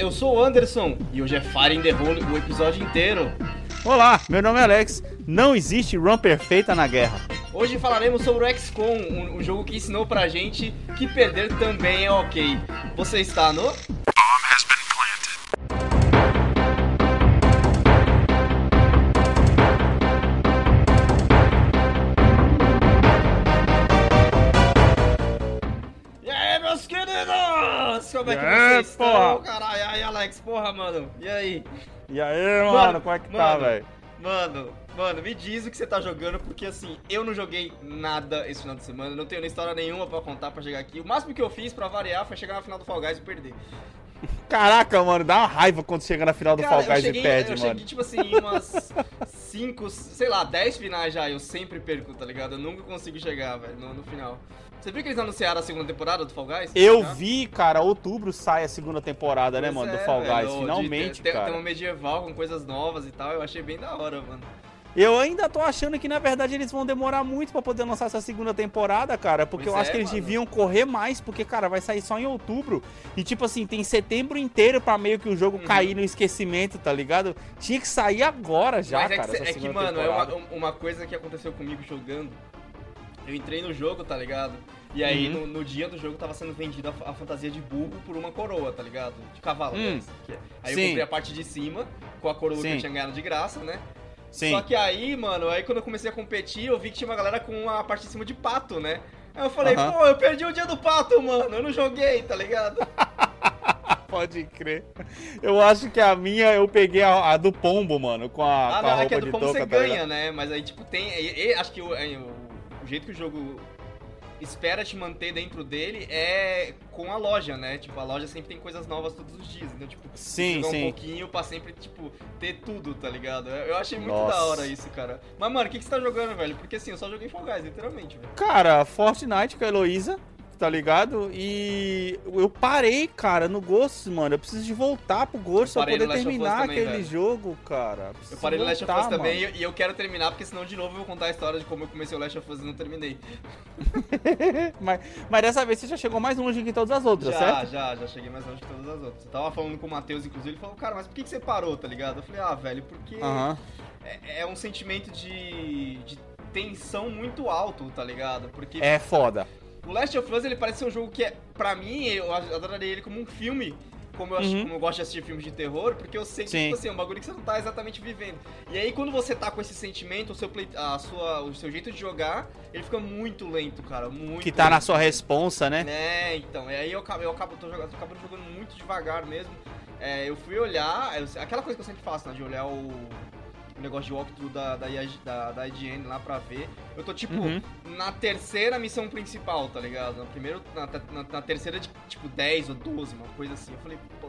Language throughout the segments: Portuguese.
eu sou o Anderson e hoje é Fire in the Hole o episódio inteiro. Olá, meu nome é Alex, não existe run perfeita na guerra. Hoje falaremos sobre o XCOM, um jogo que ensinou pra gente que perder também é ok. Você está no... Como é que vocês estão, caralho? E aí, Alex, porra, mano, e aí? E aí, mano, como é que tá, velho? Mano, me diz o que você tá jogando, porque assim, eu não joguei nada esse final de semana, não tenho nem história nenhuma pra contar pra chegar aqui. O máximo que eu fiz pra variar foi chegar na final do Fall Guys e perder. Caraca, mano, dá uma raiva quando chega na final do Fall Guys e perde, mano. Eu cheguei, tipo assim, em umas 5, sei lá, 10 finais já, eu sempre perco, tá ligado? Eu nunca consigo chegar, velho, no final. Você viu que eles anunciaram a segunda temporada do Fall Guys? Eu vi, cara, outubro sai a segunda temporada, né, mano, do Fall Guys, velho, finalmente, cara. Tem uma medieval com coisas novas e tal, eu achei bem da hora, mano. Eu ainda tô achando que, na verdade, eles vão demorar muito pra poder lançar essa segunda temporada, cara, porque eu acho que eles deviam correr mais, porque, cara, vai sair só em outubro, e, tipo assim, tem setembro inteiro pra meio que o jogo cair no esquecimento, tá ligado? Tinha que sair agora já, mas cara, essa segunda mano, temporada. uma coisa que aconteceu comigo jogando, eu entrei no jogo, tá ligado? E aí, no dia do jogo, tava sendo vendida a fantasia de burro por uma coroa, tá ligado? De cavalo, né? Aí eu comprei a parte de cima, com a coroa que eu tinha ganhado de graça, né? Sim. Só que aí, mano, quando eu comecei a competir, eu vi que tinha uma galera com a parte de cima de pato, né? Aí eu falei, pô, eu perdi o dia do pato, mano, eu não joguei, tá ligado? Pode crer. Eu acho que a minha, eu peguei a do pombo, mano, com a não, roupa é que a do pombo touca, você tá ganha, ligado? né? Mas aí, tipo, tem... acho que o jeito que o jogo espera te manter dentro dele é com a loja, né? Tipo, a loja sempre tem coisas novas todos os dias, então, tipo, jogar um pouquinho pra sempre, tipo, ter tudo, tá ligado? Eu achei muito da hora isso, cara. Mas, mano, o que você tá jogando, velho? Porque, assim, eu só joguei Fall Guys, literalmente, velho. Cara, Fortnite com a Heloísa, tá ligado? E eu parei, cara, no Ghosts, mano. Eu preciso de voltar pro Ghosts pra poder terminar aquele jogo, cara. Eu parei no Last of Us também e eu quero terminar, porque senão de novo eu vou contar a história de como eu comecei o Last of Us e não terminei. mas dessa vez você já chegou mais longe que todas as outras, certo? Já cheguei mais longe que todas as outras. Eu tava falando com o Matheus, inclusive, ele falou, cara, mas por que você parou, tá ligado? Eu falei, velho, porque é um sentimento de tensão muito alto, tá ligado? Porque é foda. O Last of Us, ele parece ser um jogo que, pra mim, eu adoraria ele como um filme, como eu gosto de assistir filmes de terror, porque eu sei que, tipo assim, é um bagulho que você não tá exatamente vivendo. E aí, quando você tá com esse sentimento, o seu jeito de jogar, ele fica muito lento, cara, muito que tá lento. Na sua responsa, né? Então, e aí tô acabando jogando muito devagar mesmo. Eu fui olhar, aquela coisa que eu sempre faço, né, de olhar o negócio de walkthrough da IGN lá pra ver. Eu tô, tipo, na terceira missão principal, tá ligado? Na terceira de, tipo, 10 ou 12, uma coisa assim. Eu falei, pô,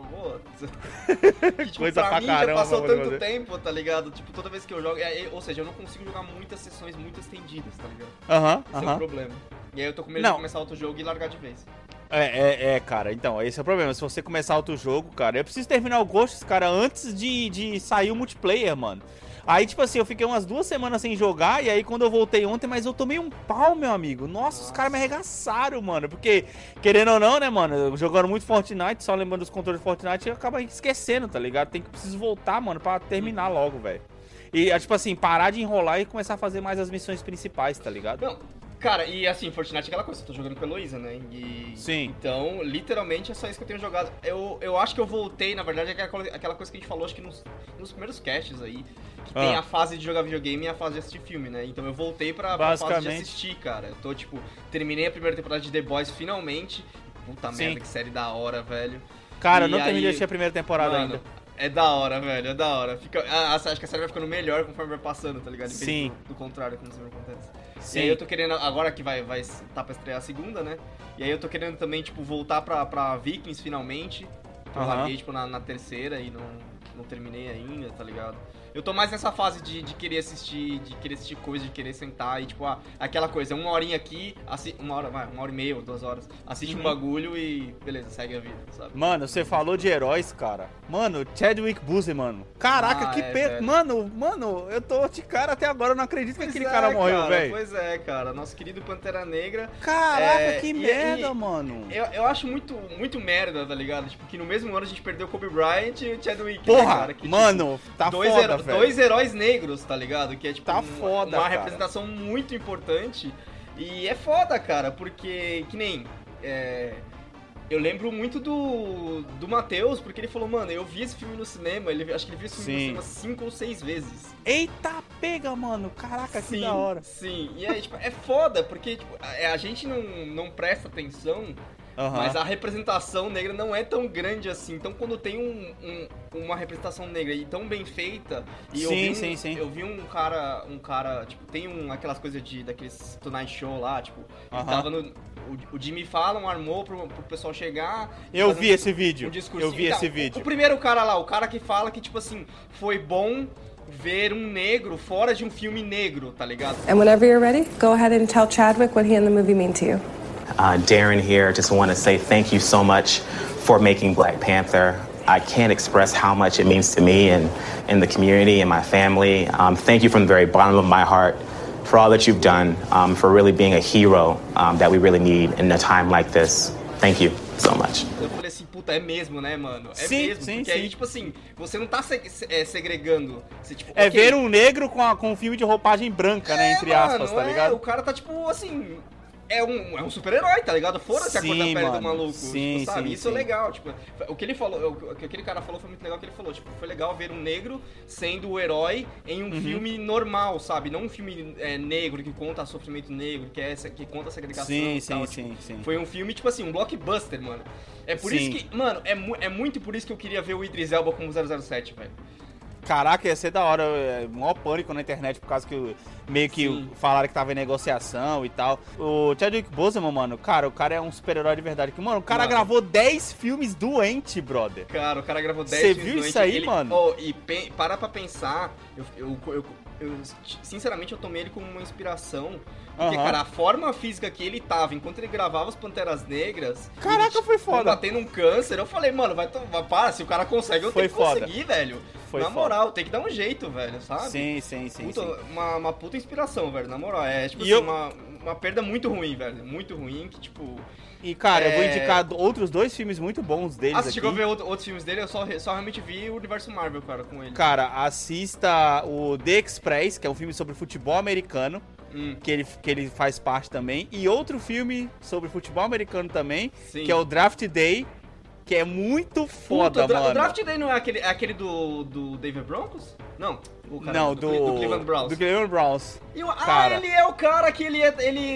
que, tipo, coisa pra mim caramba, já passou tanto tempo, tá ligado? Tipo, toda vez que eu jogo... ou seja, eu não consigo jogar muitas sessões muito estendidas, tá ligado? Esse é o problema. E aí eu tô com medo de começar outro jogo e largar de vez. Cara, então, esse é o problema. Se você começar outro jogo, cara, eu preciso terminar o Ghosts, cara, antes de sair o multiplayer, mano. Aí, tipo assim, eu fiquei umas 2 semanas sem jogar, e aí quando eu voltei ontem, mas eu tomei um pau, meu amigo. Nossa, os caras me arregaçaram, mano. Porque, querendo ou não, né, mano, jogando muito Fortnite, só lembrando dos controles de Fortnite, eu acabo esquecendo, tá ligado? Preciso voltar, mano, pra terminar logo, velho. E, tipo assim, parar de enrolar e começar a fazer mais as missões principais, tá ligado? Não, cara, e assim, Fortnite é aquela coisa, eu tô jogando com a Heloísa, né? Sim. Então, literalmente é só isso que eu tenho jogado. Eu acho que eu voltei, na verdade, aquela coisa que a gente falou, acho que nos primeiros casts aí, que tem a fase de jogar videogame e a fase de assistir filme, né? Então eu voltei pra fase de assistir, cara. Eu tô, tipo, terminei a primeira temporada de The Boys finalmente. Puta merda, que série da hora, velho. Cara, eu não terminei de assistir a primeira temporada ainda. É da hora, velho, é da hora. Acho que a série vai ficando melhor conforme vai passando, tá ligado? Sim. Do contrário, como sempre acontece. Sim. E aí eu tô querendo, agora que tá pra estrear a segunda, né? E aí eu tô querendo também, tipo, voltar pra Vikings finalmente. Eu larguei, tipo, na terceira e não terminei ainda, tá ligado? Eu tô mais nessa fase de querer assistir coisa, de querer sentar e, tipo, aquela coisa, uma horinha aqui, uma hora e meia ou 2 horas, assiste um bagulho e beleza, segue a vida, sabe? Mano, você falou de heróis, cara. Mano, Chadwick Boseman, mano. Caraca, que peso. Mano, eu tô de cara até agora, eu não acredito que aquele cara morreu, velho. Pois é, cara, nosso querido Pantera Negra. Caraca, que merda, mano. Eu acho muito merda, tá ligado? Tipo, que no mesmo ano a gente perdeu o Kobe Bryant e o Chadwick, porra, né, cara? Que, mano, tipo, tá foda, velho. 2 heróis negros, tá ligado? Que é, tipo, tá foda, uma representação muito importante. E é foda, cara, porque, que nem... eu lembro muito do Matheus, porque ele falou, mano, eu vi esse filme no cinema, acho que ele viu esse filme no cinema 5 ou 6 vezes. Eita, pega, mano, caraca, que da hora. Sim, e aí, tipo, é foda, porque tipo, a gente não presta atenção, mas a representação negra não é tão grande assim. Então, quando tem uma representação negra e tão bem feita, e eu vi um cara, tipo, tem aquelas coisas daqueles Tonight Show lá, tipo, ele tava o Jimmy Fallon armou pro pessoal chegar. Eu vi esse vídeo. Eu vi esse vídeo. O primeiro cara lá, o cara que fala que, tipo assim, foi bom ver um negro fora de um filme negro, tá ligado? And whenever you're ready, go ahead and tell Chadwick what he and the movie mean to you. Darren here, just want to say thank you so much for making Black Panther. I can't express how much it means to me and the community and my family. Thank you from the very bottom of my heart for all that you've done, for really being a hero that we really need in a time like this. Thank you so much. Eu falei assim, puta, é mesmo, né, mano? Porque aí, tipo assim, você não tá segregando. Você, tipo, ver um negro com um filme de roupagem branca, né, entre aspas, tá ligado? O cara tá, tipo, assim... É um super-herói, tá ligado? Foda-se a cor da pele do maluco, tipo, sabe? Isso é legal, tipo, o que ele falou, o que aquele cara falou foi muito legal, que ele falou, tipo, foi legal ver um negro sendo o herói em um filme normal, sabe? Não um filme negro, que conta sofrimento negro, que conta a segregação e tal. Sim. Foi um filme, tipo assim, um blockbuster, mano. É por isso que, mano, é muito por isso que eu queria ver o Idris Elba como 007, velho. Caraca, ia ser da hora, maior pânico na internet por causa que meio que falaram que tava em negociação e tal. O Chadwick Boseman, mano, cara, o cara é um super-herói de verdade. Que, mano, o cara gravou 10 filmes doente, brother. Cara, o cara gravou 10 filmes doente. Você viu isso aí, mano? Para pra pensar, sinceramente, eu tomei ele como uma inspiração. Porque, cara, a forma física que ele tava enquanto ele gravava os Panteras Negras... Caraca, foi foda. Batendo um câncer, eu falei, mano, para, se o cara consegue, eu tenho que conseguir, velho. Na moral, tem que dar um jeito, velho, sabe? Sim. Uma puta inspiração, velho, na moral. É, tipo assim, uma perda muito ruim, velho. Muito ruim, que, tipo... E, cara, eu vou indicar outros 2 filmes muito bons deles aqui. Você chegou a ver outros filmes dele? Eu só realmente vi o universo Marvel, cara, com ele. Cara, assista o The Express, que é um filme sobre futebol americano. Que ele faz parte também. E outro filme sobre futebol americano também, que é o Draft Day, que é muito foda, mano. O Draft Day não é aquele do Denver Broncos? Não. Do Cleveland Browns. Do Cleveland Browns. Ele é o cara que ele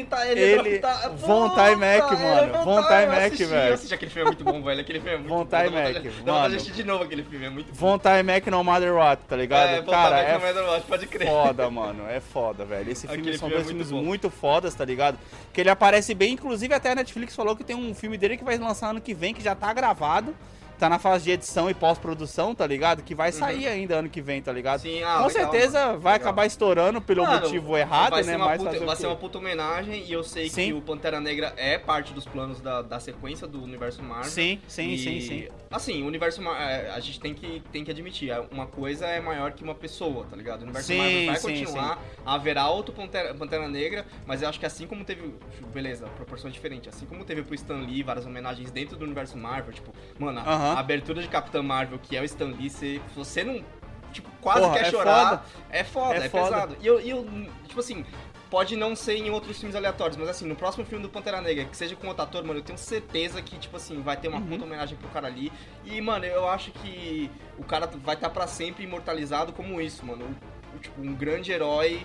é Von Ty Mac, mano. Von Ty Mac, velho. Eu assisti aquele filme, é muito bom, velho. Aquele filme é muito bom. Von Ty Mac, dá pra assistir de novo aquele filme, é muito bom. Von Ty Mac no Matter What, tá ligado? Cara, é What, pode crer. Foda, mano. É foda, velho. Esse filme são 2 filmes muito fodas, tá ligado? Que ele aparece bem, inclusive até a Netflix falou que tem um filme dele que vai lançar ano que vem, que já tá gravado. Tá na fase de edição e pós-produção, tá ligado? Que vai sair ainda ano que vem, tá ligado? Sim, com certeza vai acabar estourando pelo motivo errado, né? Vai ser uma puta homenagem e eu sei que o Pantera Negra é parte dos planos da sequência do universo Marvel. Sim. Assim, o universo Marvel, a gente tem que admitir, uma coisa é maior que uma pessoa, tá ligado? O universo Marvel vai continuar, haverá outro Pantera Negra, mas eu acho que assim como teve, beleza, proporção diferente, assim como teve pro Stan Lee, várias homenagens dentro do universo Marvel, tipo, mano, a abertura de Capitã Marvel, que é o Stan Lee, você não, tipo, quase quer chorar, é foda. Pesado. E eu, tipo assim, pode não ser em outros filmes aleatórios, mas assim, no próximo filme do Pantera Negra, que seja com outro ator, mano, eu tenho certeza que, tipo assim, vai ter uma puta homenagem pro cara ali. E, mano, eu acho que o cara vai estar pra sempre imortalizado como isso, mano. Tipo, um grande herói,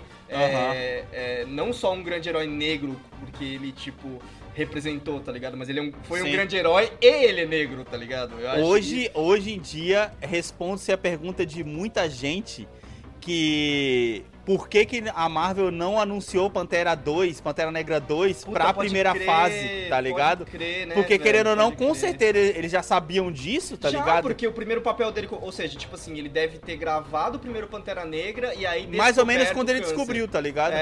não só um grande herói negro, porque ele, tipo... representou, tá ligado? Mas ele foi um grande herói e ele é negro, tá ligado? Hoje em dia, responde-se a pergunta de muita gente que... Por que a Marvel não anunciou Pantera Negra 2 pra primeira fase, tá ligado? Pode crer, né, porque, velho, querendo ou não, pode com crer. certeza eles já sabiam disso, tá ligado? Porque o primeiro papel dele, ou seja, tipo assim, ele deve ter gravado o primeiro Pantera Negra e aí... Mais ou menos descoberto quando ele o câncer. descobriu, tá ligado?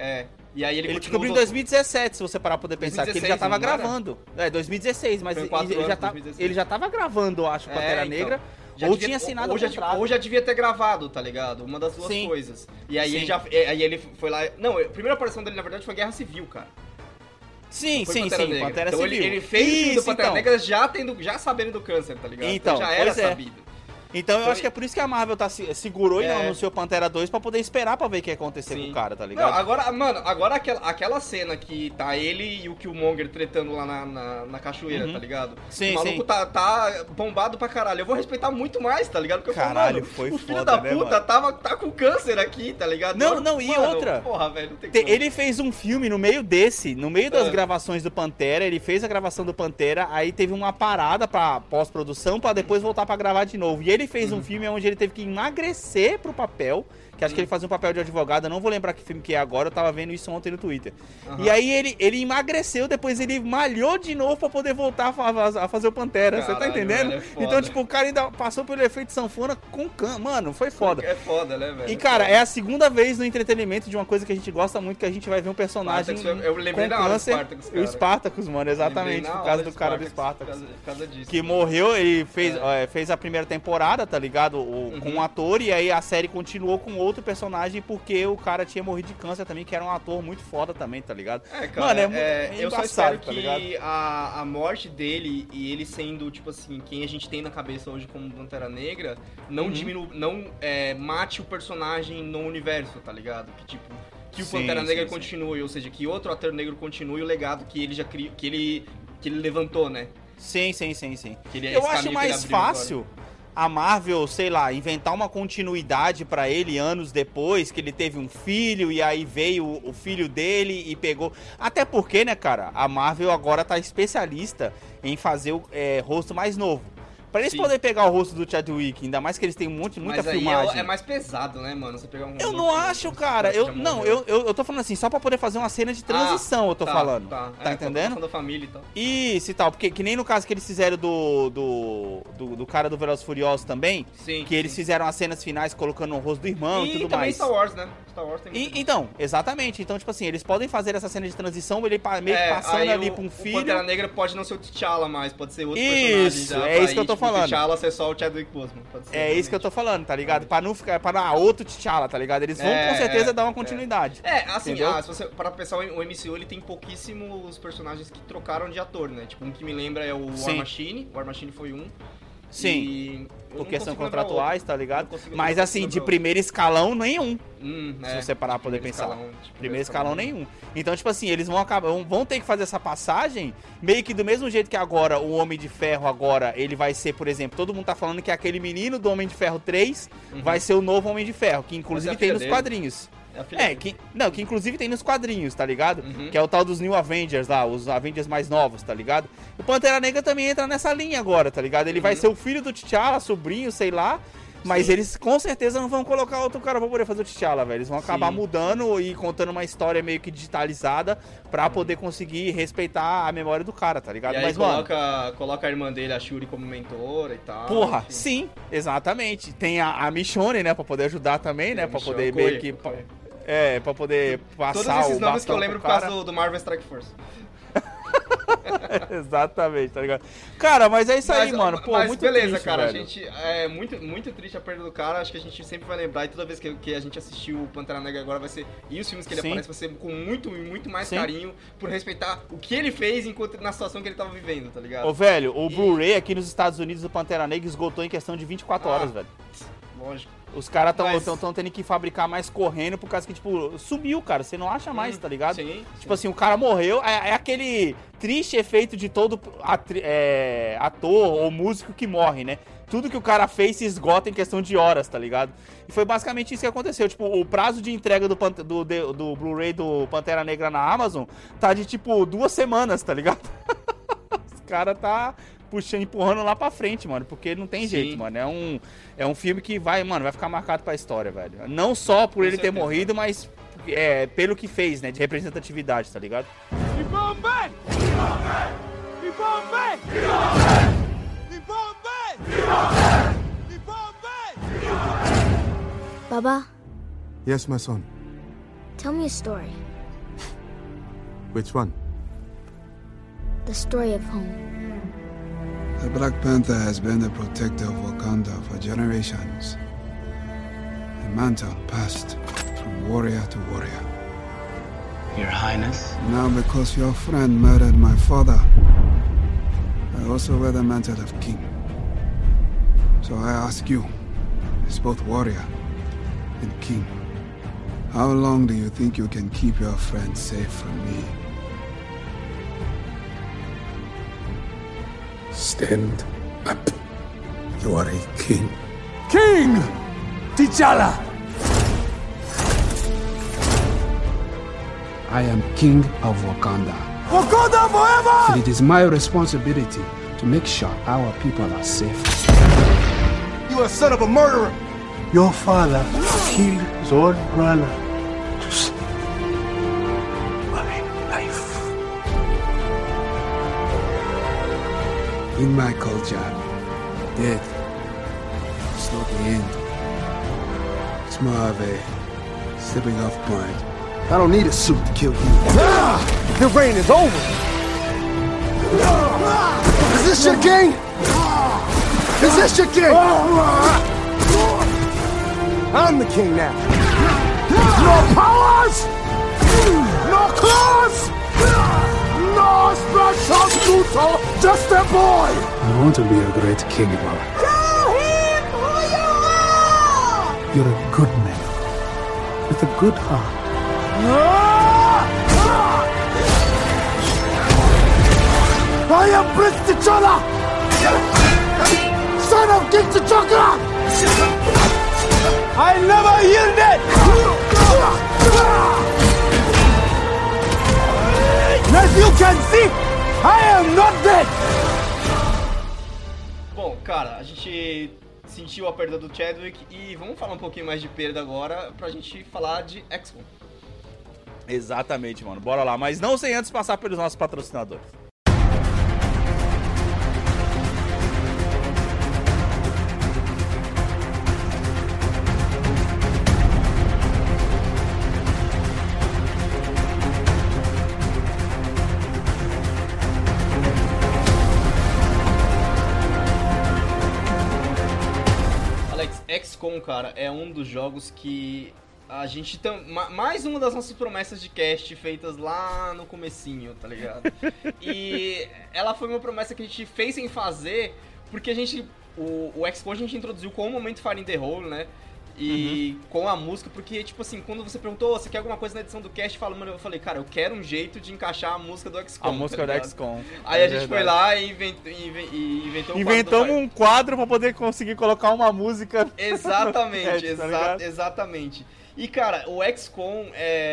E aí ele descobriu em 2017, se você parar pra poder pensar, que ele já tava 2016, não era? gravando. 2016, mas Foi 4 anos, 2016. ele já tava gravando, eu acho, Pantera então. Negra. Já Ou devia- tinha assinado ou o já, contrato. ou já devia ter gravado, tá ligado? Uma das duas Sim. coisas. E aí Sim. aí ele foi lá... Não, a primeira aparição dele, na verdade, foi Guerra Civil, cara. Sim, Foi sim, Pantera sim, Negra. Pantera Então Civil. ele fez o filme do Isso, Pantera então. Negra já sabendo do câncer, tá ligado? Então, já era pois é. sabido. Então eu Então, acho que é por isso que a Marvel segurou e não É. anunciou Pantera 2 pra poder esperar pra ver o que ia acontecer com o cara, tá Não, ligado? agora, mano, aquela cena que tá ele e o Killmonger tretando lá na cachoeira, tá ligado? Sim, o maluco sim. tá bombado pra caralho. Eu vou respeitar muito mais, tá ligado? Porque eu falo, Caralho, mano, foi o filho foda, da né, puta mano? tá com câncer aqui, tá ligado? Não, e Mano, outra? Porra, velho, não tem como. Ele fez um filme no meio das gravações do Pantera, ele fez a gravação do Pantera, aí teve uma parada pra pós-produção pra depois voltar pra gravar de novo. E ele fez um filme onde ele teve que emagrecer pro papel, que acho que ele fazia um papel de advogado, eu não vou lembrar que filme que é agora, eu tava vendo isso ontem no Twitter. E aí ele emagreceu, depois ele malhou de novo pra poder voltar a fazer o Pantera, você tá Caralho, entendendo? velho, é foda. Então, tipo, o cara ainda passou pelo efeito sanfona com mano, foi foda. É foda, né, velho? E, cara, é a segunda vez no entretenimento de uma coisa que a gente gosta muito, que a gente vai ver um personagem Spartacus, eu lembrei com na hora do câncer. Spartacus, cara. O Spartacus, mano, exatamente, Lembrei na por causa hora do cara do Spartacus, Spartacus. Por causa disso. Que morreu, ele fez a primeira temporada, tá ligado? Com um ator, e aí a série continuou com outro personagem, porque o cara tinha morrido de câncer também, que era um ator muito foda também, tá ligado? Cara, Mano, é eu só embaçado, espero tá ligado? que a morte dele e ele sendo, tipo assim, quem a gente tem na cabeça hoje como Pantera Negra, não mate o personagem no universo, tá ligado? Que, tipo, que o Sim, Pantera sim, Negra sim. continue, ou seja, que outro ator negro continue o legado que ele já criou, que ele levantou, né? Sim. Que ele- Eu esse acho caminho que ele mais abriu fácil a Marvel, sei lá, inventar uma continuidade pra ele anos depois, que ele teve um filho e aí veio o filho dele e pegou. Até porque, né, cara, a Marvel agora tá especialista em fazer o rosto mais novo. Pra eles Sim. poderem pegar o rosto do Chadwick, ainda mais que eles têm muita Mas aí filmagem. é mais pesado, né, mano? Você pegar um... Eu não acho, cara. Eu tô falando assim, só pra poder fazer uma cena de transição, eu tô falando. Tá entendendo? Da família e tal. Isso e tal, porque que nem no caso que eles fizeram do cara do Velozes e Furiosos também, Sim. que eles fizeram as cenas finais colocando o rosto do irmão e tudo também mais. Star Wars, né? Star Wars tem muito Então, exatamente. Então, tipo assim, eles podem fazer essa cena de transição, ele meio que passando aí ali pra um O filho. Pantera Negra pode não ser o T'Challa mais, pode ser outro Isso, personagem já. é isso que eu tô tipo, falando. O T'Challa ser só o Chadwick Boseman. Pode ser, É isso que eu tô falando, tá ligado? Pra não ficar, outro T'Challa, tá ligado? Eles vão com certeza dar uma continuidade. Assim, Entendeu? se você para pensar, o MCU ele tem pouquíssimos personagens que trocaram de ator, né? Tipo, um que me lembra é o War Sim. Machine. O War Machine foi um. Sim. E eu Porque não são consigo lembrar contratuais, outro. tá ligado? Não consigo- Mas não assim, consigo de lembrar primeiro escalão, nenhum. outro. Se você parar pra poder Primeiro pensar. escalão, tipo, Primeiro escalão nenhum. Então, tipo assim, eles vão ter que fazer essa passagem meio que do mesmo jeito que agora o Homem de Ferro agora, ele vai ser, por exemplo, todo mundo tá falando que aquele menino do Homem de Ferro 3 vai ser o novo Homem de Ferro, que inclusive Vai ser a tem filha nos dele. quadrinhos. É a filha dele. Que inclusive tem nos quadrinhos, tá ligado? Que é o tal dos New Avengers lá, os Avengers mais novos, tá ligado? O Pantera Negra também entra nessa linha agora, tá ligado? Ele vai ser o filho do T'Challa, sobrinho, sei lá. Mas eles com certeza não vão colocar outro cara pra poder fazer o T'Challa, velho. Eles vão acabar mudando e contando uma história meio que digitalizada pra poder conseguir respeitar a memória do cara, tá ligado? E aí Mas, mano, coloca a irmã dele, a Shuri, como mentora e tal. porra, enfim. sim, exatamente. Tem a Michonne, né, pra poder ajudar também, né? Pra poder meio que... pra poder passar Todos esses o nomes que eu bastão lembro pro por causa cara. do Marvel Strike Force. Exatamente, tá ligado? Cara, mas é isso aí, mano. Pô, mas muito beleza, triste, cara. velho. A gente é muito triste a perda do cara. Acho que a gente sempre vai lembrar. E toda vez que a gente assistiu o Pantera Negra agora vai ser. E os filmes que ele Sim. aparece vai ser com muito mais Sim. carinho por respeitar o que ele fez enquanto na situação que ele tava vivendo, tá ligado? Ô, velho, o Blu-ray aqui nos Estados Unidos do Pantera Negra esgotou em questão de 24 horas, velho. Lógico. Os caras Mas- tão tendo que fabricar mais correndo por causa que, tipo, sumiu, cara. Você não acha mais, tá ligado? Sim. Tipo assim, o cara morreu. É aquele triste efeito de todo ator ou músico que morre, né? Tudo que o cara fez se esgota em questão de horas, tá ligado? E foi basicamente isso que aconteceu. Tipo, o prazo de entrega do Blu-ray do Pantera Negra na Amazon tá de, tipo, 2 semanas, tá ligado? Os caras tá puxando, empurrando lá pra frente, mano, porque não tem Sim. jeito, mano. É um filme que vai ficar marcado pra história, velho. Não só por ele ter morrido, mas pelo que fez, né, de representatividade, tá ligado? Baba, Yes, my son. tell me a story. Which one? The story of home. The Black Panther has been the protector of Wakanda for generations. A mantle passed from warrior to warrior. Your Highness. Now because your friend murdered my father, I also wear the mantle of king. So I ask you, as both warrior and king, how long do you think you can keep your friend safe from me? Stand up. You are a king. King! T'Challa! I am king of Wakanda. Wakanda forever! And it is my responsibility to make sure our people are safe. You a son of a murderer! Your father killed his own brother to save my life. In my culture, death is not the end. It's more of a stepping off point. I don't need a suit to kill you. The reign is over! Is this your king? Is this your king? I'm the king now. No powers! No claws! No special tutor! Just a boy! I want to be a great king, Baba. Tell him who you are! You're a good man with a good heart. I am Prince T'Challa! Son of King T'Challa! I never yielded! As you can see, I am not dead! Bom, cara, a gente sentiu a perda do Chadwick e vamos falar um pouquinho mais de perda agora pra gente falar de XCOM. Exatamente, mano. Bora lá. Mas não sem antes passar pelos nossos patrocinadores. Alex, XCOM, cara, é um dos jogos que a gente mais uma das nossas promessas de cast feitas lá no comecinho, tá ligado? E ela foi uma promessa que a gente fez sem fazer, porque a gente o XCOM a gente introduziu com o momento Fire in the Hole, né? E com a música, porque, tipo assim, quando você perguntou, você quer alguma coisa na edição do cast, eu falei, cara, eu quero um jeito de encaixar a música do XCOM. A música do XCOM. Aí a gente foi lá e inventamos um quadro pra poder conseguir colocar uma música. Exatamente, tá exatamente. E, cara, o XCOM,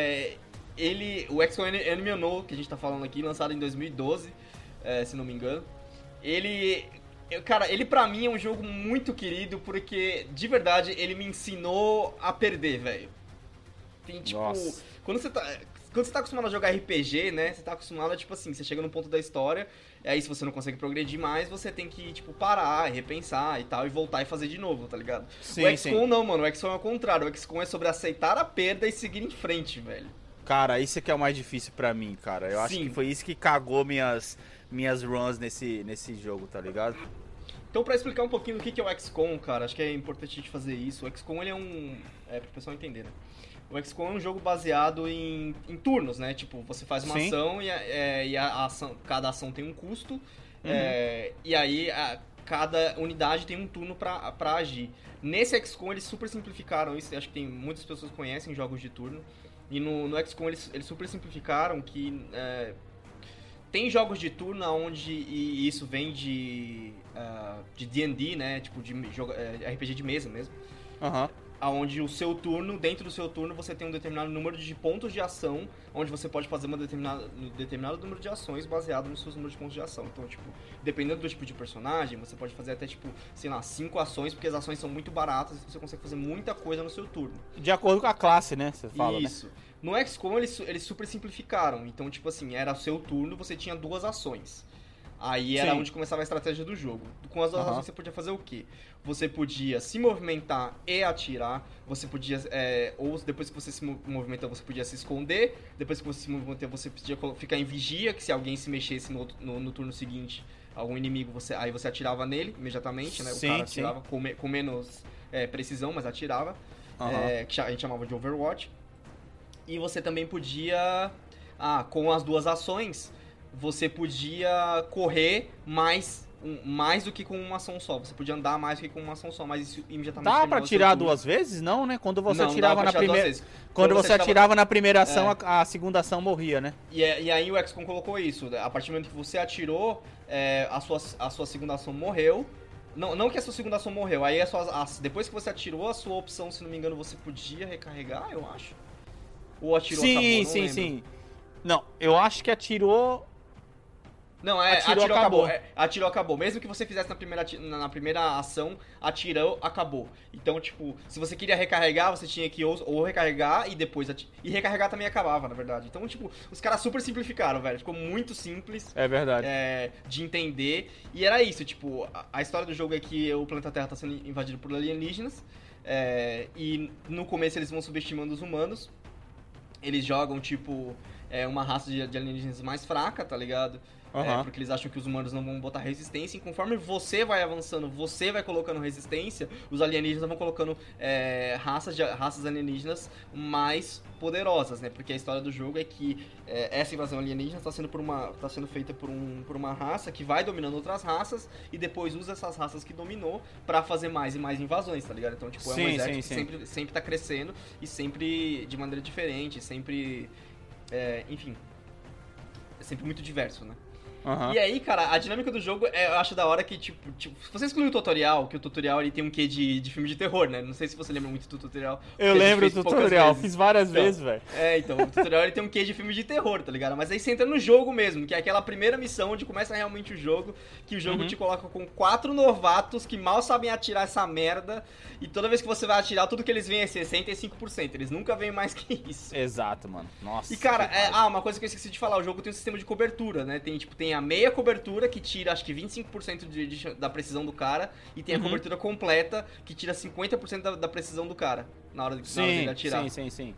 o XCOM Enemy Unknown, que a gente tá falando aqui, lançado em 2012, se não me engano, ele pra mim é um jogo muito querido, porque, de verdade, ele me ensinou a perder, velho. Tem, tipo, Nossa. quando você tá acostumado a jogar RPG, né, você tá acostumado a, tipo assim, você chega num ponto da história, e aí se você não consegue progredir mais, você tem que, tipo, parar, repensar e tal, e voltar e fazer de novo, tá ligado? Sim, o XCOM não, mano, o XCOM é o contrário, o XCOM é sobre aceitar a perda e seguir em frente, velho. Cara, isso é que é o mais difícil pra mim, cara. Eu acho Sim. que foi isso que cagou minhas runs nesse jogo, tá ligado? Então, pra explicar um pouquinho do que é o XCOM, cara, acho que é importante a gente fazer isso. O XCOM, ele é um... pro pessoal entender, né? O XCOM é um jogo baseado em turnos, né? Tipo, você faz uma Sim. ação e a ação, cada ação tem um custo. E aí, cada unidade tem um turno pra agir. Nesse XCOM, eles super simplificaram isso. Acho que tem muitas pessoas que conhecem jogos de turno. E no XCOM, eles super simplificaram que... tem jogos de turno onde e isso vem de D&D, né? Tipo, de RPG de mesa mesmo. Aham. onde o seu turno, dentro do seu turno, você tem um determinado número de pontos de ação, onde você pode fazer um determinado número de ações baseado nos seus números de pontos de ação. Então, tipo, dependendo do tipo de personagem, você pode fazer até, tipo, sei lá, 5 ações, porque as ações são muito baratas e você consegue fazer muita coisa no seu turno. De acordo com a classe, né? Você fala, Isso. Né? No XCOM, eles super simplificaram. Então, tipo assim, era o seu turno, você tinha 2 ações. Aí era onde começava a estratégia do jogo. Com as 2 ações você podia fazer o quê? Você podia se movimentar e atirar. Você podia... ou depois que você se movimentou, você podia se esconder. Depois que você se movimentou, você podia ficar em vigia, que se alguém se mexesse no turno seguinte, algum inimigo, aí você atirava nele imediatamente, né? O cara atirava com menos precisão, mas atirava. Que a gente chamava de Overwatch. E você também podia... com as 2 ações... Você podia correr mais do que com uma ação só. Você podia andar mais do que com uma ação só, mas isso imediatamente... Dá pra atirar 2 vezes? Não, né? Quando você atirava na primeira... Quando você atirava na primeira ação, a segunda ação morria, né? E aí o XCOM colocou isso. A partir do momento que você atirou, a sua segunda ação morreu. Não que a sua segunda ação morreu. Aí depois que você atirou, a sua opção, se não me engano, você podia recarregar, eu acho. Ou atirou, acabou, sim. Não, eu acho que atirou... Não, atirou, acabou. Mesmo que você fizesse na primeira ação, atirou, acabou. Então, tipo, se você queria recarregar, você tinha que ou recarregar e depois... E recarregar também acabava, na verdade. Então, tipo, os caras super simplificaram, velho. Ficou muito simples. É verdade. De entender. E era isso, tipo, a história do jogo é que o planeta Terra tá sendo invadido por alienígenas. E no começo eles vão subestimando os humanos. Eles jogam, tipo, uma raça de alienígenas mais fraca, tá ligado? Porque eles acham que os humanos não vão botar resistência. E conforme você vai avançando, você vai colocando resistência, os alienígenas vão colocando raças alienígenas mais poderosas, né? Porque a história do jogo é que essa invasão alienígena está sendo feita por uma raça que vai dominando outras raças e depois usa essas raças que dominou pra fazer mais e mais invasões, tá ligado? Então, tipo, um exército que sempre tá crescendo e sempre de maneira diferente, sempre... enfim, é sempre muito diverso, né? E aí, cara, a dinâmica do jogo, eu acho da hora que, tipo, se você excluir o tutorial, que o tutorial ele tem um quê de filme de terror, né? Não sei se você lembra muito do tutorial. Eu lembro do tutorial, fiz várias vezes, velho. Então, o tutorial ele tem um quê de filme de terror, tá ligado? Mas aí você entra no jogo mesmo, que é aquela primeira missão onde começa realmente o jogo, que o jogo te coloca com 4 novatos que mal sabem atirar essa merda, e toda vez que você vai atirar, tudo que eles veem é 65%, eles nunca veem mais que isso. Exato, mano. Nossa. E, cara, uma coisa que eu esqueci de falar, o jogo tem um sistema de cobertura, né? Tem a meia cobertura, que tira, acho que 25% da precisão do cara, e tem a cobertura completa, que tira 50% da precisão do cara, na hora de ele atirar. Sim.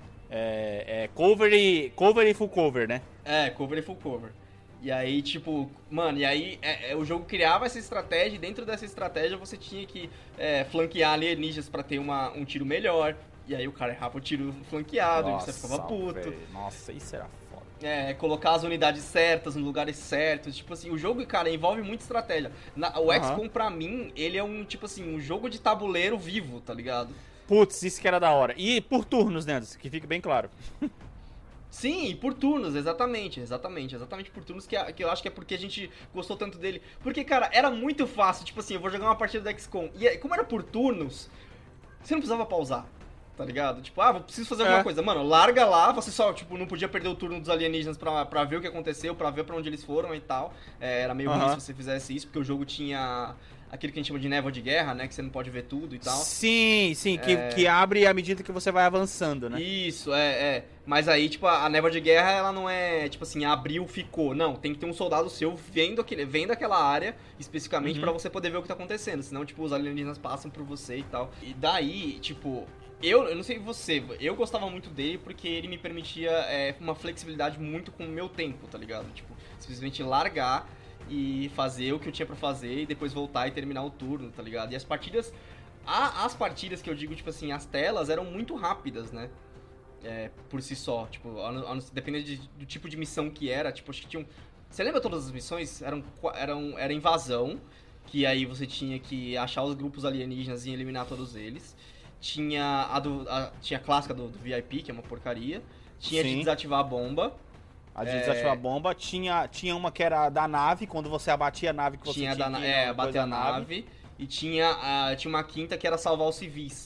Cover e full cover, né? Cover e full cover. E aí, tipo, mano, o jogo criava essa estratégia, e dentro dessa estratégia você tinha que flanquear alienígenas pra ter um tiro melhor, e aí o cara errava o tiro flanqueado, e você ficava puto. Véio. Nossa, isso era foda. Colocar as unidades certas nos lugares certos. Tipo assim, o jogo, cara, envolve muita estratégia. O XCOM, pra mim, ele é um jogo de tabuleiro vivo, tá ligado? Putz, isso que era da hora. E por turnos, né, que fique bem claro. Sim, por turnos, exatamente por turnos, que eu acho que é porque a gente gostou tanto dele. Porque, cara, era muito fácil, tipo assim, eu vou jogar uma partida do XCOM, e como era por turnos, você não precisava pausar. Tá ligado? Tipo, preciso fazer alguma coisa. Mano, larga lá, você só, tipo, não podia perder o turno dos alienígenas pra ver o que aconteceu, pra ver pra onde eles foram e tal. Era meio ruim se você fizesse isso, porque o jogo tinha aquilo que a gente chama de névoa de guerra, né? Que você não pode ver tudo e tal. Sim, que abre à medida que você vai avançando, né? Isso, Mas aí, tipo, a névoa de guerra, ela não é, tipo assim, abriu, ficou. Não, tem que ter um soldado seu vendo aquela área, especificamente, pra você poder ver o que tá acontecendo. Senão, tipo, os alienígenas passam por você e tal. E daí, tipo... Eu não sei você, eu gostava muito dele porque ele me permitia uma flexibilidade muito com o meu tempo, tá ligado? Tipo, simplesmente largar e fazer o que eu tinha pra fazer e depois voltar e terminar o turno, tá ligado? E as partidas que eu digo, tipo assim, as telas eram muito rápidas, né? Por si só, tipo, dependendo do tipo de missão que era, tipo, acho que tinham... Você lembra todas as missões? Era invasão, que aí você tinha que achar os grupos alienígenas e eliminar todos eles. Tinha tinha a clássica do VIP, que é uma porcaria. Tinha de desativar a bomba. A de desativar a bomba. Tinha uma que era da nave, quando você abatia a nave que você tinha abater a nave. E tinha uma quinta que era salvar os civis.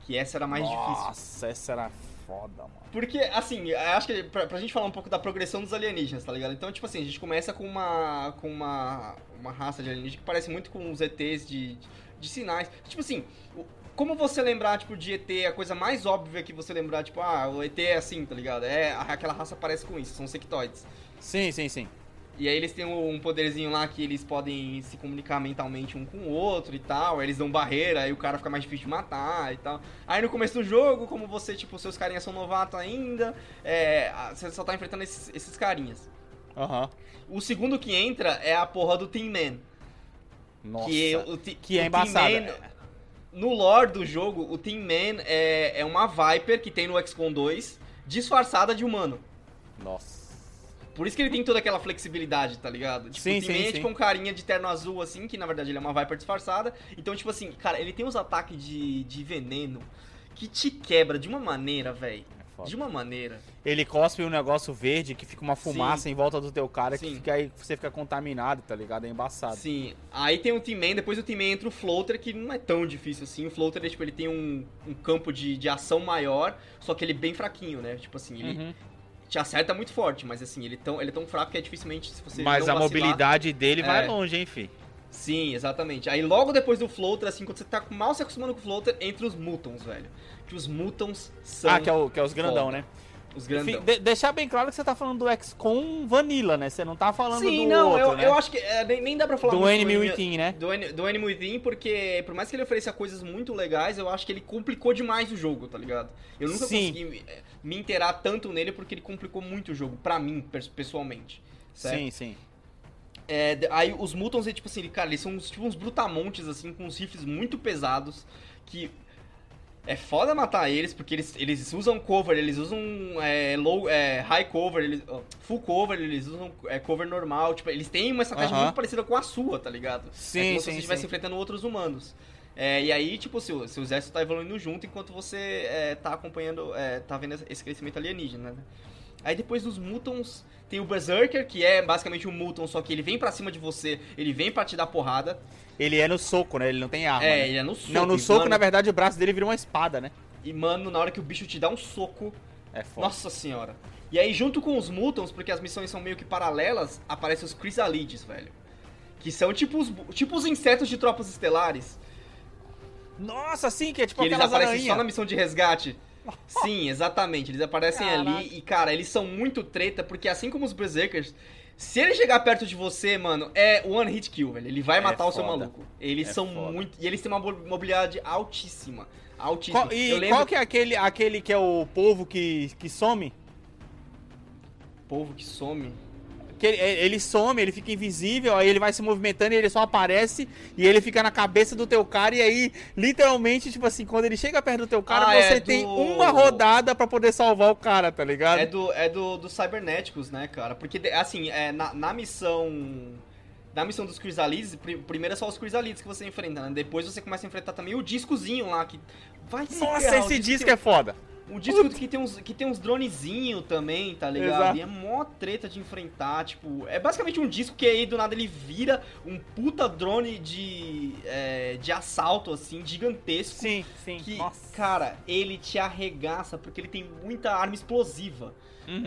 Que essa era mais difícil. Nossa, essa era foda, mano. Porque, assim, eu acho que pra gente falar um pouco da progressão dos alienígenas, tá ligado? Então, tipo assim, a gente começa com uma raça de alienígena que parece muito com os ETs de sinais. Tipo assim, como você lembrar, tipo, de ET, a coisa mais óbvia que você lembrar, tipo, o ET é assim, tá ligado? Aquela raça parece com isso, são sectoides. Sim, sim, sim. E aí eles têm um poderzinho lá que eles podem se comunicar mentalmente um com o outro e tal. Aí eles dão barreira, aí o cara fica mais difícil de matar e tal. Aí no começo do jogo, como você, tipo, seus carinhas são novatos ainda, você só tá enfrentando esses carinhas. Aham. O segundo que entra é a porra do Tin Man. Nossa, Que é embaçado. No lore do jogo, o Tin Man é uma Viper que tem no XCOM 2, disfarçada de humano. Nossa. Por isso que ele tem toda aquela flexibilidade, tá ligado? Tipo, Sim, o Tin Man é sim. tipo um carinha de terno azul, assim, que na verdade ele é uma Viper disfarçada. Então, tipo assim, cara, ele tem uns ataques de veneno que te quebra de uma maneira, velho. De uma maneira. Ele cospe um negócio verde que fica uma fumaça Sim. em volta do teu cara, Sim. que fica aí, você fica contaminado, tá ligado? É embaçado. Sim. Aí tem o Tin Man, depois do Tin Man entra o Floater, que não é tão difícil assim. O Floater, ele tem um campo de ação maior, só que ele é bem fraquinho, né? Tipo assim, ele te acerta muito forte, mas assim, ele é tão fraco que é dificilmente, se você Mas não a vacilar... mobilidade dele vai longe, hein, fi? Sim, exatamente. Aí logo depois do Floater, assim, quando você tá mal se acostumando com o Floater, entra os Mutons, velho. Que os Mutons são... que é os grandão, foda. né? Os grandão. Deixar bem claro que você tá falando do XCOM Vanilla, né? Você não tá falando Sim, do não, outro, né? eu acho que nem dá pra falar do muito Enemy Within, né? Do Enemy Within, porque por mais que ele ofereça coisas muito legais, eu acho que ele complicou demais o jogo, tá ligado? Eu nunca consegui me inteirar tanto nele porque ele complicou muito o jogo, pra mim, pessoalmente. Certo? Sim, sim. Aí os Mutons, tipo assim, cara, eles são tipo uns brutamontes, assim, com uns rifles muito pesados, que... É foda matar eles, porque eles usam cover, eles usam high cover, full cover, eles usam cover normal. Tipo, eles têm uma estratégia muito parecida com a sua, tá ligado? Sim, como sim, se você sim. estivesse enfrentando outros humanos. E aí, tipo, seu exército tá evoluindo junto enquanto você tá acompanhando, tá vendo esse crescimento alienígena, né? Aí depois dos Mutons tem o Berserker, que é basicamente um Muton, só que ele vem pra cima de você, ele vem pra te dar porrada. Ele é no soco, né? Ele não tem arma. Né? Ele é no soco. Não, no soco, mano, na verdade, o braço dele vira uma espada, né? E, mano, na hora que o bicho te dá um soco... É foda. Nossa senhora. E aí, junto com os Mutons, porque as missões são meio que paralelas, aparecem os Chrysalids, velho. Que são tipo os insetos de Tropas Estelares. Nossa, sim, que é tipo Que eles aquelas aparecem aranhas. só na missão de resgate. Sim, exatamente. Eles aparecem ali e, cara, eles são muito treta, porque assim como os Berserkers... Se ele chegar perto de você, mano, é one hit kill, velho. Ele vai matar o seu maluco. Eles são muito... E eles têm uma mobilidade altíssima. Altíssima. Qual que é aquele que é o povo que some? Povo que some? Que ele some, ele fica invisível, aí ele vai se movimentando e ele só aparece e ele fica na cabeça do teu cara e aí, literalmente, tipo assim, quando ele chega perto do teu cara, você tem uma rodada pra poder salvar o cara, tá ligado? É do Cybernéticos, né, cara? Porque, assim, na missão... Na missão dos Chrysalids, primeiro é só os Chrysalids que você enfrenta, né? Depois você começa a enfrentar também o discozinho lá, que vai se Nossa, ferrar, esse disco é foda. Um disco que tem uns dronezinhos também, tá ligado? Exato. E é mó treta de enfrentar, tipo... É basicamente um disco que aí do nada ele vira um puta drone de assalto, assim, gigantesco. Sim, sim. Que, nossa. cara, ele te arregaça porque ele tem muita arma explosiva. Uhum.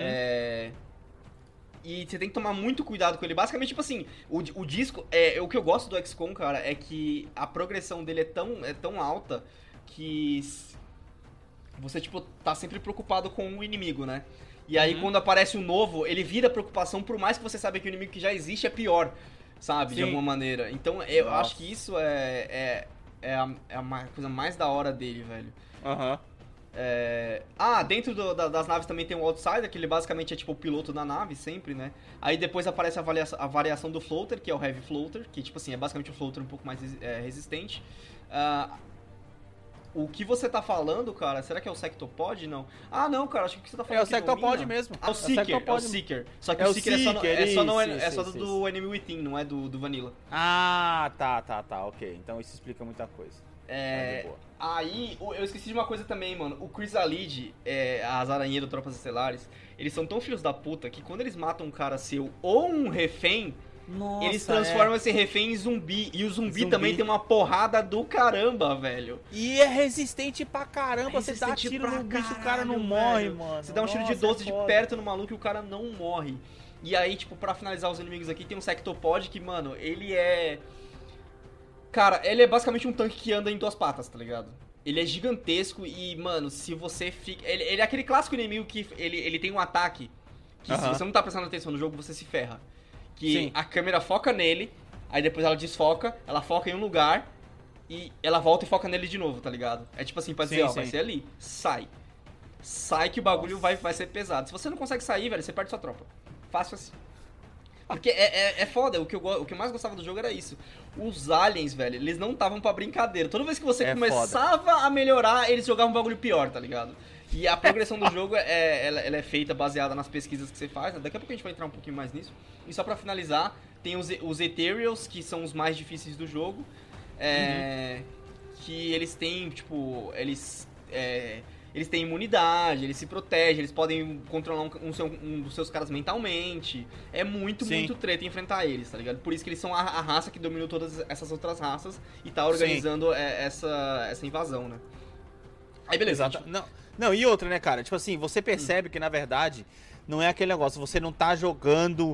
E você tem que tomar muito cuidado com ele. Basicamente, tipo assim, o disco... O que eu gosto do XCOM, cara, é que a progressão dele é tão alta que... Você, tipo, tá sempre preocupado com o inimigo, né? E aí, quando aparece um novo, ele vira preocupação, por mais que você saiba que o inimigo que já existe é pior, sabe? Sim. De alguma maneira. Então, eu acho que isso é a coisa mais da hora dele, velho. Aham. Dentro das naves também tem o Outsider, que ele basicamente é tipo o piloto da nave, sempre, né? Aí depois aparece a variação do Floater, que é o Heavy Floater, que, tipo assim, é basicamente um Floater um pouco mais resistente. O que você tá falando, cara, será que é o Sectopod? Não. Ah, não, cara, acho que o que você tá falando É o Sectopod mesmo. É o Seeker. Só que É o o Seeker é só isso. do Enemy Within, não é do Vanilla. Ah, tá, ok. Então isso explica muita coisa. De boa. Aí, eu esqueci de uma coisa também, mano. O Chrysalid, as aranhas do Tropas Estelares, eles são tão filhos da puta que quando eles matam um cara seu ou um refém, Nossa, eles transformam esse refém em zumbi. E o zumbi também tem uma porrada do caramba, velho. E é resistente pra caramba. É você dá resistente tiro pra no bicho, o cara caralho, não morre, velho. mano. Você dá um tiro de Nossa, 12 de foda. perto no maluco e o cara não morre. E aí, tipo, pra finalizar os inimigos aqui, tem um Sectopod que, mano, ele é... Cara, ele é basicamente um tanque que anda em 2 patas, tá ligado? Ele é gigantesco e, mano, se você fica... Ele é aquele clássico inimigo que ele tem um ataque que se você não tá prestando atenção no jogo, você se ferra. Que Sim. a câmera foca nele, aí depois ela desfoca, ela foca em um lugar e ela volta e foca nele de novo, tá ligado? É tipo assim, pra dizer, Sim, ó, sim. vai ser ali, sai. Sai que o bagulho vai ser pesado. Se você não consegue sair, velho, você perde sua tropa. Fácil assim. Porque é foda, o que eu mais gostava do jogo era isso. Os aliens, velho, eles não estavam pra brincadeira. Toda vez que você começava a melhorar, eles jogavam um bagulho pior, tá ligado? E a progressão do jogo, ela é feita baseada nas pesquisas que você faz. Daqui a pouco a gente vai entrar um pouquinho mais nisso. E só pra finalizar, tem os Ethereals, que são os mais difíceis do jogo. Que eles têm, tipo, eles têm imunidade, eles se protegem, eles podem controlar um dos seus caras mentalmente. É muito treta enfrentar eles, tá ligado? Por isso que eles são a raça que dominou todas essas outras raças e tá organizando essa invasão, né? Aí beleza. Exato. Não, e outra, né, cara? Tipo assim, você percebe que, na verdade, não é aquele negócio, você não tá jogando...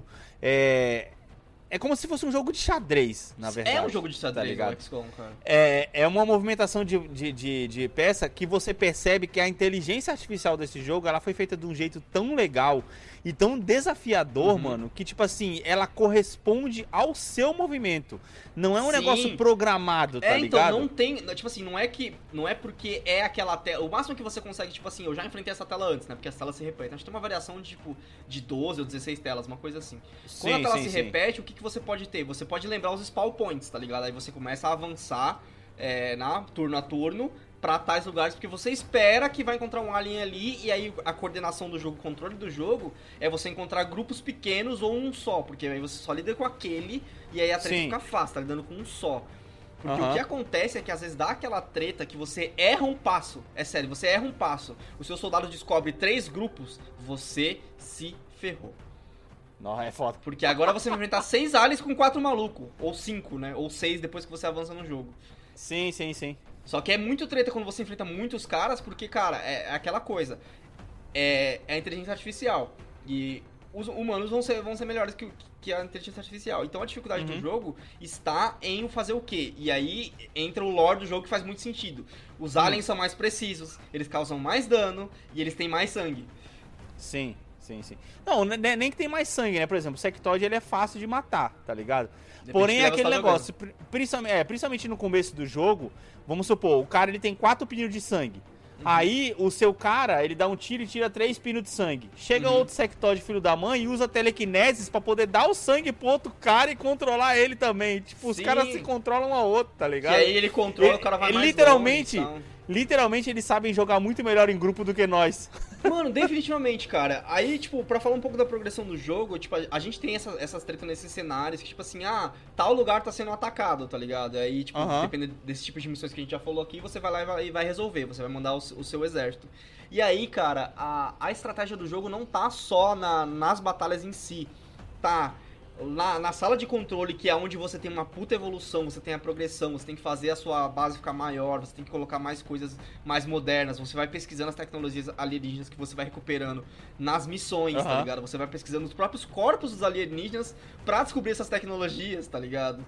É como se fosse um jogo de xadrez, na verdade. É um jogo de xadrez, tá o XCOM, cara. É uma movimentação de peça que você percebe que a inteligência artificial desse jogo, ela foi feita de um jeito tão legal e tão desafiador, mano, que, tipo assim, ela corresponde ao seu movimento. Não é um negócio programado, tá ligado? Então, não tem... Tipo assim, não é porque é aquela tela... O máximo que você consegue, tipo assim, eu já enfrentei essa tela antes, né? Porque as telas se repetem. Acho que tem uma variação de, tipo, de 12 ou 16 telas, uma coisa assim. Quando a tela se repete, o que você pode ter? Você pode lembrar os spawn points, tá ligado? Aí você começa a avançar turno a turno pra tais lugares, porque você espera que vai encontrar um alien ali, e aí a coordenação do jogo, o controle do jogo, é você encontrar grupos pequenos ou um só, porque aí você só lida com aquele, e aí a treta fica fácil, tá lidando com um só. Porque o que acontece é que às vezes dá aquela treta que você erra um passo, é sério, você erra um passo, o seu soldado descobre 3 grupos, você se ferrou. Não, é foda. Porque agora você vai enfrentar 6 aliens com 4 malucos. Ou 5, né? Ou 6 depois que você avança no jogo. Sim. Só que é muito treta quando você enfrenta muitos caras, porque, cara, é aquela coisa. É a inteligência artificial. E os humanos vão ser melhores que a inteligência artificial. Então a dificuldade do jogo está em fazer o quê? E aí entra o lore do jogo que faz muito sentido. Os aliens são mais precisos, eles causam mais dano e eles têm mais sangue. Sim. Não, nem que tem mais sangue, né? Por exemplo, o Sectoid, ele é fácil de matar, tá ligado? Porém, é aquele negócio, principalmente no começo do jogo, vamos supor, o cara ele tem 4 pinos de sangue. Aí, o seu cara, ele dá um tiro e tira 3 pinos de sangue. Chega outro Sectoid, filho da mãe, e usa telequinesis pra poder dar o sangue pro outro cara e controlar ele também. Tipo, os caras se controlam um ao outro, tá ligado? E aí ele controla, o cara vai mais literalmente, longe, então... Literalmente, eles sabem jogar muito melhor em grupo do que nós. Mano, definitivamente, cara. Aí, tipo, pra falar um pouco da progressão do jogo, tipo, a gente tem essas tretas nesses cenários que, tipo assim, tal lugar tá sendo atacado, tá ligado? Aí, tipo, dependendo desse tipo de missões que a gente já falou aqui, você vai lá e vai resolver, você vai mandar o seu exército. E aí, cara, a estratégia do jogo não tá só nas batalhas em si, tá... Na sala de controle, que é onde você tem uma puta evolução, você tem a progressão, você tem que fazer a sua base ficar maior, você tem que colocar mais coisas mais modernas, você vai pesquisando as tecnologias alienígenas que você vai recuperando nas missões, tá ligado? Você vai pesquisando os próprios corpos dos alienígenas pra descobrir essas tecnologias, tá ligado?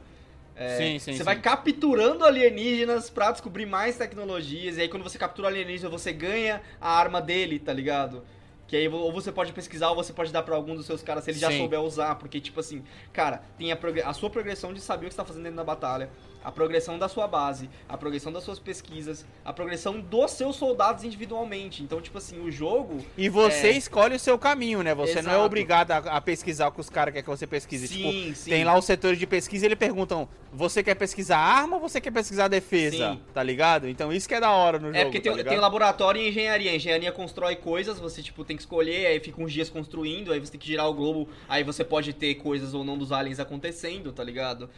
Você vai capturando alienígenas pra descobrir mais tecnologias, e aí quando você captura alienígena, você ganha a arma dele, tá ligado? Que aí ou você pode pesquisar ou você pode dar pra algum dos seus caras se ele já souber usar. Porque, tipo assim, cara, tem a sua progressão de saber o que você tá fazendo dentro da batalha, a progressão da sua base, a progressão das suas pesquisas, a progressão dos seus soldados individualmente. Então, tipo assim, o jogo... E você escolhe o seu caminho, né? Você não é Exato. obrigado a pesquisar o que os caras querem que você pesquise. Sim, tipo, tem lá os setores de pesquisa e eles perguntam, você quer pesquisar arma ou você quer pesquisar defesa? Sim. Tá ligado? Então isso que é da hora no jogo, porque tem laboratório e engenharia. A engenharia constrói coisas, você, tipo, tem que escolher, aí fica uns dias construindo, aí você tem que girar o globo, aí você pode ter coisas ou não dos aliens acontecendo, tá ligado?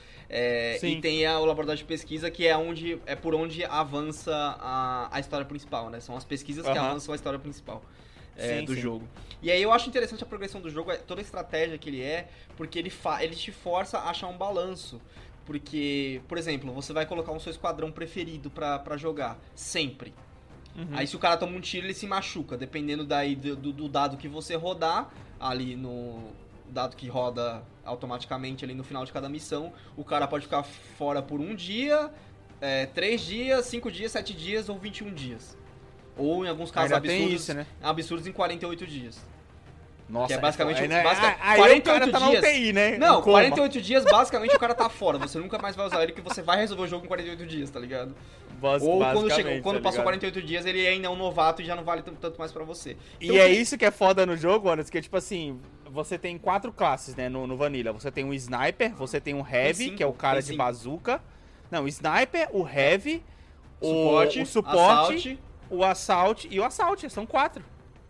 E tem o laboratório de pesquisa, que por onde avança a história principal, né? São as pesquisas que avançam a história principal. do jogo. E aí eu acho interessante a progressão do jogo, toda a estratégia que ele porque ele te força a achar um balanço. Porque, por exemplo, você vai colocar um seu esquadrão preferido pra jogar, sempre. Aí se o cara toma um tiro, ele se machuca, dependendo daí do dado que você rodar, ali no dado que roda automaticamente ali no final de cada missão, o cara pode ficar fora por 1 dia, 3 dias, 5 dias, 7 dias ou 21 dias. Ou em alguns casos absurdos em 48 dias. Nossa, que é basicamente 48 o cara tá na UTI, né? Não, 48 dias, basicamente o cara tá fora. Você nunca mais vai usar ele, porque você vai resolver o jogo em 48 dias, tá ligado? Ou quando passou 48 dias, ele ainda é um novato e já não vale tanto mais pra você. Então, e é isso que é foda no jogo, Anderson, que tipo assim, você tem 4 classes, né, no Vanilla. Você tem o Sniper, você tem o Heavy, que é o cara de bazuca. Não, o Sniper, o Heavy, o suporte, o Assault e o Assault. São 4.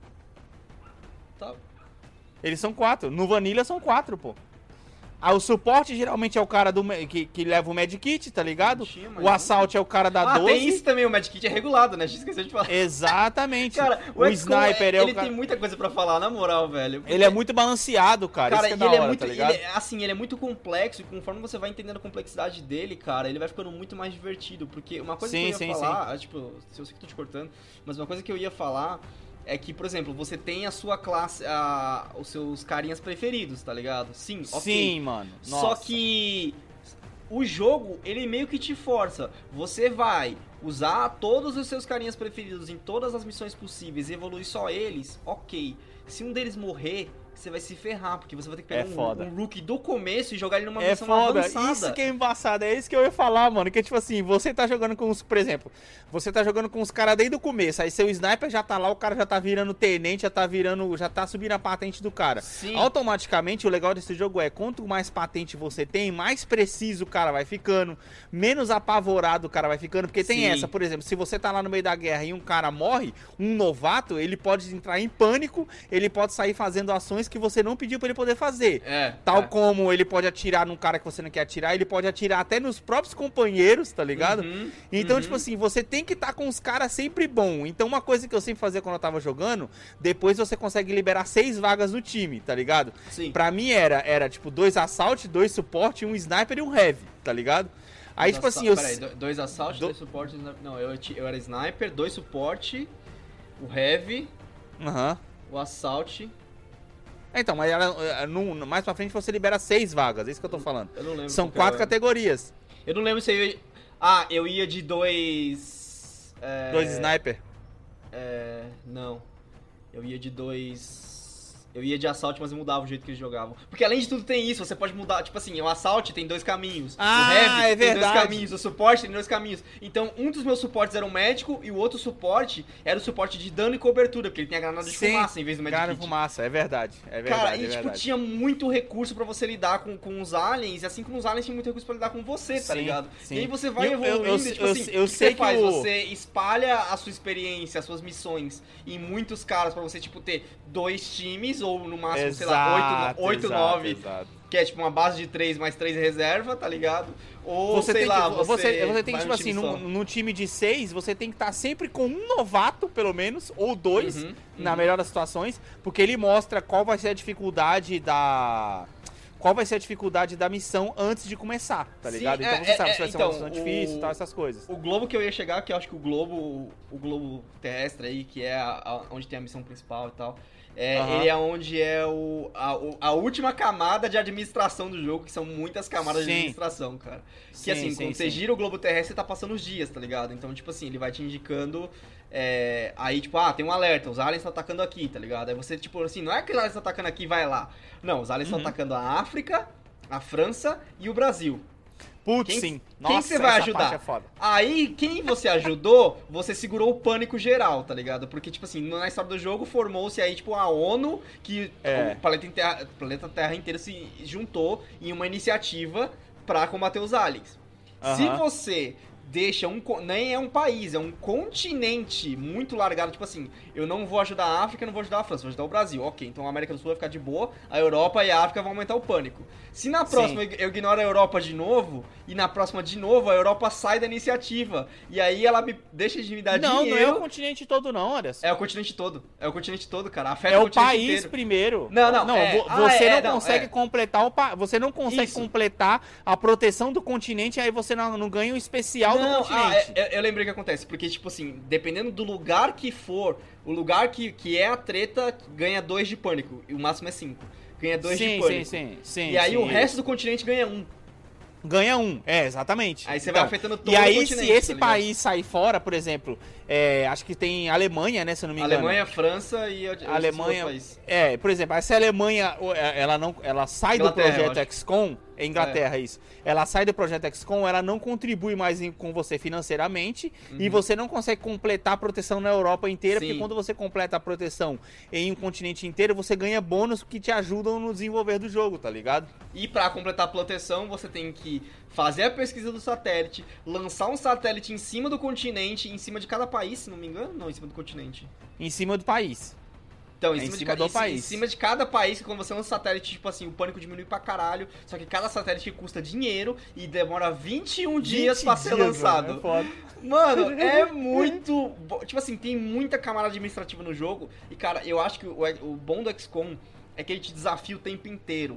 Tá. Eles são 4. No Vanilla são 4, pô. O suporte geralmente é o cara que leva o medkit, tá ligado? O Assault é o cara da 12. Tem isso também, o medkit é regulado, né? A gente esqueceu de falar. Exatamente. Cara, o Sniper é o cara... Ele tem muita coisa pra falar, na moral, velho. Ele é muito balanceado, cara. Isso que é da hora, tá ligado? Ele é muito complexo e conforme você vai entendendo a complexidade dele, cara, ele vai ficando muito mais divertido. Porque uma coisa que eu ia falar... Tipo, se eu sei que tô te cortando, mas uma coisa que eu ia falar... É que, por exemplo, você tem a sua classe, os seus carinhas preferidos, tá ligado? Sim, ok. Sim, mano. Nossa. Só que o jogo, ele meio que te força. Você vai usar todos os seus carinhas preferidos em todas as missões possíveis e evoluir só eles, ok. Se um deles morrer, você vai se ferrar, porque você vai ter que pegar um rookie do começo e jogar ele numa missão avançada. Isso que é embaçado, é isso que eu ia falar, mano. Que tipo assim, você tá jogando com os, por exemplo, você tá jogando com os caras desde o começo, aí seu sniper já tá lá, o cara já tá virando tenente, já tá subindo a patente do cara. Sim. Automaticamente, o legal desse jogo é, quanto mais patente você tem, mais preciso o cara vai ficando, menos apavorado o cara vai ficando, porque tem essa, por exemplo, se você tá lá no meio da guerra e um cara morre, um novato, ele pode entrar em pânico, ele pode sair fazendo ações que você não pediu pra ele poder fazer. Como ele pode atirar num cara que você não quer atirar, ele pode atirar até nos próprios companheiros, tá ligado? Então, tipo assim, você tem que estar com os caras sempre bom. Então, uma coisa que eu sempre fazia quando eu tava jogando, depois você consegue liberar 6 vagas no time, tá ligado? Sim. Pra mim era tipo 2 assault, 2 suporte, 1 sniper e 1 heavy, tá ligado? Aí, tipo assim, Peraí, 2 assault, 2 suporte, não, eu era sniper, 2 suporte, o heavy, o assault... Então, mas mais pra frente você libera 6 vagas, é isso que eu tô falando. Eu não lembro. São 4 categorias. Eu não lembro se eu ia... eu ia de 2... 2 sniper? Não. Eu ia de 2... Eu ia de assault, mas eu mudava o jeito que eles jogavam. Porque além de tudo tem isso, você pode mudar, tipo assim, o assault tem 2 caminhos. O heavy tem 2 caminhos, o suporte tem 2 caminhos. Então, um dos meus suportes era o médico e o outro suporte era o suporte de dano e cobertura, porque ele tem a granada de fumaça em vez do medkit. Fumaça, é verdade. Cara, e tipo, tinha muito recurso pra você lidar com os aliens, e assim como os aliens tinham muito recurso pra lidar com você, tá ligado? Sim. E aí você vai evoluindo, tipo assim, o que você faz? Você espalha a sua experiência, as suas missões em muitos caras pra você, tipo, ter 2 times, ou no máximo, sei lá, 8, 9, que é tipo uma base de 3 mais 3 reserva, tá ligado? Ou, você sei lá, você tem que, tipo assim, num time de 6, você tem que estar sempre com um novato, pelo menos, ou 2, na melhor das situações, porque ele mostra qual vai ser a dificuldade da missão antes de começar, tá ligado? Então você sabe se vai ser uma missão difícil e tal, essas coisas. O globo que eu ia chegar, que eu acho que o globo terrestre aí, que é onde tem a missão principal e tal, ele é onde é a última camada de administração do jogo, que são muitas camadas de administração, cara. Que assim, quando você gira o globo terrestre, você tá passando os dias, tá ligado? Então, tipo assim, ele vai te indicando... aí, tipo, tem um alerta, os aliens estão atacando aqui, tá ligado? Aí você, tipo, assim, não é que os aliens estão atacando aqui e vai lá. Não, os aliens estão atacando a África, a França e o Brasil. Putz, sim. Nossa, quem você vai ajudar? É foda. Aí, quem você ajudou, você segurou o pânico geral, tá ligado? Porque, tipo assim, na história do jogo, formou-se aí, tipo, a ONU, que o planeta Terra inteiro se juntou em uma iniciativa pra combater os aliens. Se você deixa nem é um país, é um continente muito largado, tipo assim, eu não vou ajudar a África, não vou ajudar a França, vou ajudar o Brasil. Ok, então a América do Sul vai ficar de boa, a Europa e a África vão aumentar o pânico. Se na próxima eu ignoro a Europa de novo, e na próxima de novo, a Europa sai da iniciativa. E aí ela me deixa de me dar dinheiro. Não é o continente todo não, Anderson. É o continente todo, cara. Afeta é o o país inteiro. Primeiro. Não, você não consegue completar você não consegue completar a proteção do continente, aí você não ganha o especial do continente. Eu lembrei o que acontece, porque, tipo assim, dependendo do lugar que for, o lugar que é a treta ganha 2 de pânico, e o máximo é 5. Ganha 2 de pânico. Sim. E aí o resto do continente ganha 1. Ganha 1, exatamente. Aí você vai afetando todo o continente. E aí, continente, se esse país sair fora, por exemplo, acho que tem Alemanha, né, se eu não me engano. Alemanha, França e Alemanha. Por exemplo, se a Alemanha ela sai do projeto XCOM, é Inglaterra isso. Ela sai do projeto XCOM, ela não contribui mais com você financeiramente e você não consegue completar a proteção na Europa inteira, porque quando você completa a proteção em um continente inteiro, você ganha bônus que te ajudam no desenvolver do jogo, tá ligado? E pra completar a proteção, você tem que fazer a pesquisa do satélite, lançar um satélite em cima do continente, em cima de cada país, se não me engano, não, em cima do continente. Em cima do país. Então, em cima de cada país, que quando você lança satélite, tipo assim, o pânico diminui pra caralho, só que cada satélite custa dinheiro e demora 21 dias pra ser lançado. Mano, é foda. Mano, é muito... Tipo assim, tem muita camada administrativa no jogo e, cara, eu acho que o bom do XCOM é que ele te desafia o tempo inteiro.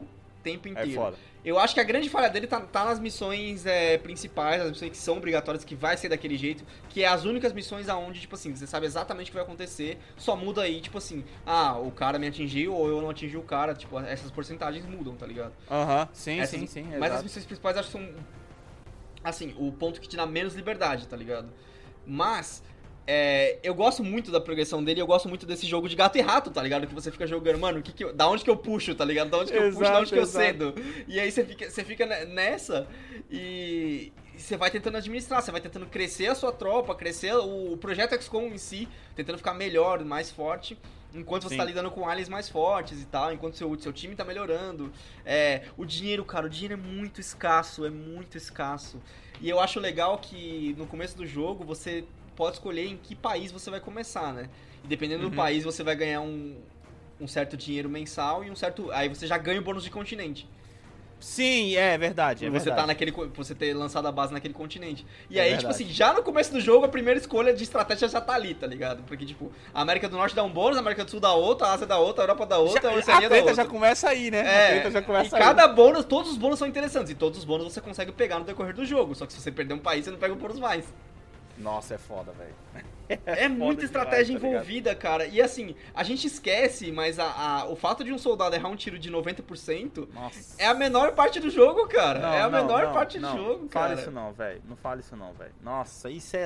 É foda. Eu acho que a grande falha dele tá nas missões principais, as missões que são obrigatórias, que vai ser daquele jeito, que é as únicas missões aonde, tipo assim, você sabe exatamente o que vai acontecer, só muda aí, tipo assim, o cara me atingiu ou eu não atingi o cara, tipo, essas porcentagens mudam, tá ligado? Sim. Mas as missões principais acho que são, assim, o ponto que te dá menos liberdade, tá ligado? Mas... eu gosto muito da progressão dele, eu gosto muito desse jogo de gato e rato, tá ligado? Que você fica jogando, mano, da onde que eu puxo, tá ligado? Da onde que eu puxo, da onde que eu cedo. E aí você fica nessa e você vai tentando administrar, você vai tentando crescer a sua tropa, crescer o projeto XCOM em si, tentando ficar melhor, mais forte, enquanto você tá lidando com aliens mais fortes e tal, enquanto seu time tá melhorando. O dinheiro, cara, o dinheiro é muito escasso. E eu acho legal que no começo do jogo você pode escolher em que país você vai começar, né? E dependendo do país, você vai ganhar um certo dinheiro mensal e aí você já ganha o bônus de continente. Sim, é verdade. Você tá você ter lançado a base naquele continente. E aí, tipo assim, já no começo do jogo, a primeira escolha de estratégia já tá ali, tá ligado? Porque, tipo, a América do Norte dá um bônus, a América do Sul dá outra, a Ásia dá outra, a Europa dá outra, a Oceania dá outra. A treta já começa aí, né? A treta já começa aí. Cada bônus, todos os bônus são interessantes. E todos os bônus você consegue pegar no decorrer do jogo. Só que se você perder um país, você não pega o bônus mais. Nossa, é foda, velho. É muita estratégia envolvida, cara. E assim, a gente esquece, mas o fato de um soldado errar um tiro de 90% é a menor parte do jogo, cara. A menor parte do jogo, cara. Não fale isso não, velho. Não fale isso não, velho. Nossa, isso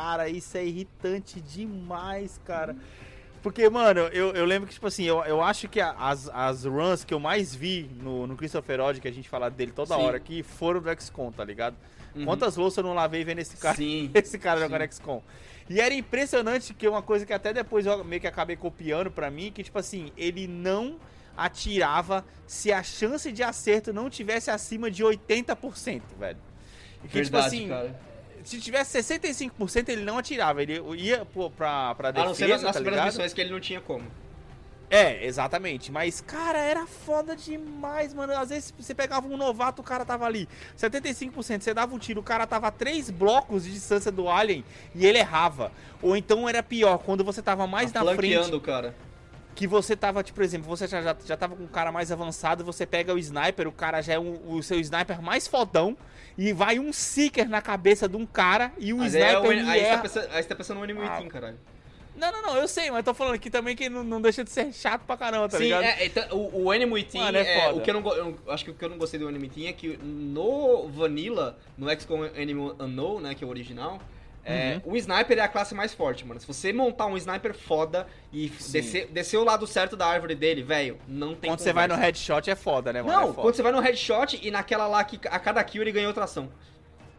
é irritante demais, cara. Porque, mano, eu lembro que, tipo assim, eu acho que as runs que eu mais vi no Christopher Odd, que a gente fala dele toda hora aqui, foram do XCOM, tá ligado? Quantas louças eu não lavei vendo esse cara jogando XCOM. E era impressionante que uma coisa que até depois eu meio que acabei copiando pra mim, que tipo assim, ele não atirava se a chance de acerto não tivesse acima de 80%, velho. E que, tipo assim, cara, se tivesse 65% ele não atirava, ele ia pra defesa, a não ser nas primeiras missões que ele não tinha como. Exatamente. Mas, cara, era foda demais, mano. Às vezes você pegava um novato, o cara tava ali 75%, você dava um tiro, o cara tava a 3 blocos de distância do alien e ele errava. Ou então era pior, quando você tava mais na frente, o cara, que você tava, tipo, por exemplo, você já tava com um cara mais avançado, você pega o sniper, o cara já é o seu sniper mais fodão, e vai um seeker na cabeça de um cara e o sniper aí você tá pensando no Enemy Within, caralho. Não, eu sei, mas tô falando aqui também que não deixa de ser chato pra caramba, tá ligado? O Enemy Within, o que eu acho que o que eu não gostei do Enemy Within é que no Vanilla, no XCOM Enemy Unknown, né, que é o original, o sniper é a classe mais forte, mano. Se você montar um sniper foda e descer o lado certo da árvore dele, velho, não tem Quando você vai no headshot é foda, né, mano? Não, quando você vai no headshot e naquela lá que a cada kill ele ganha outra ação.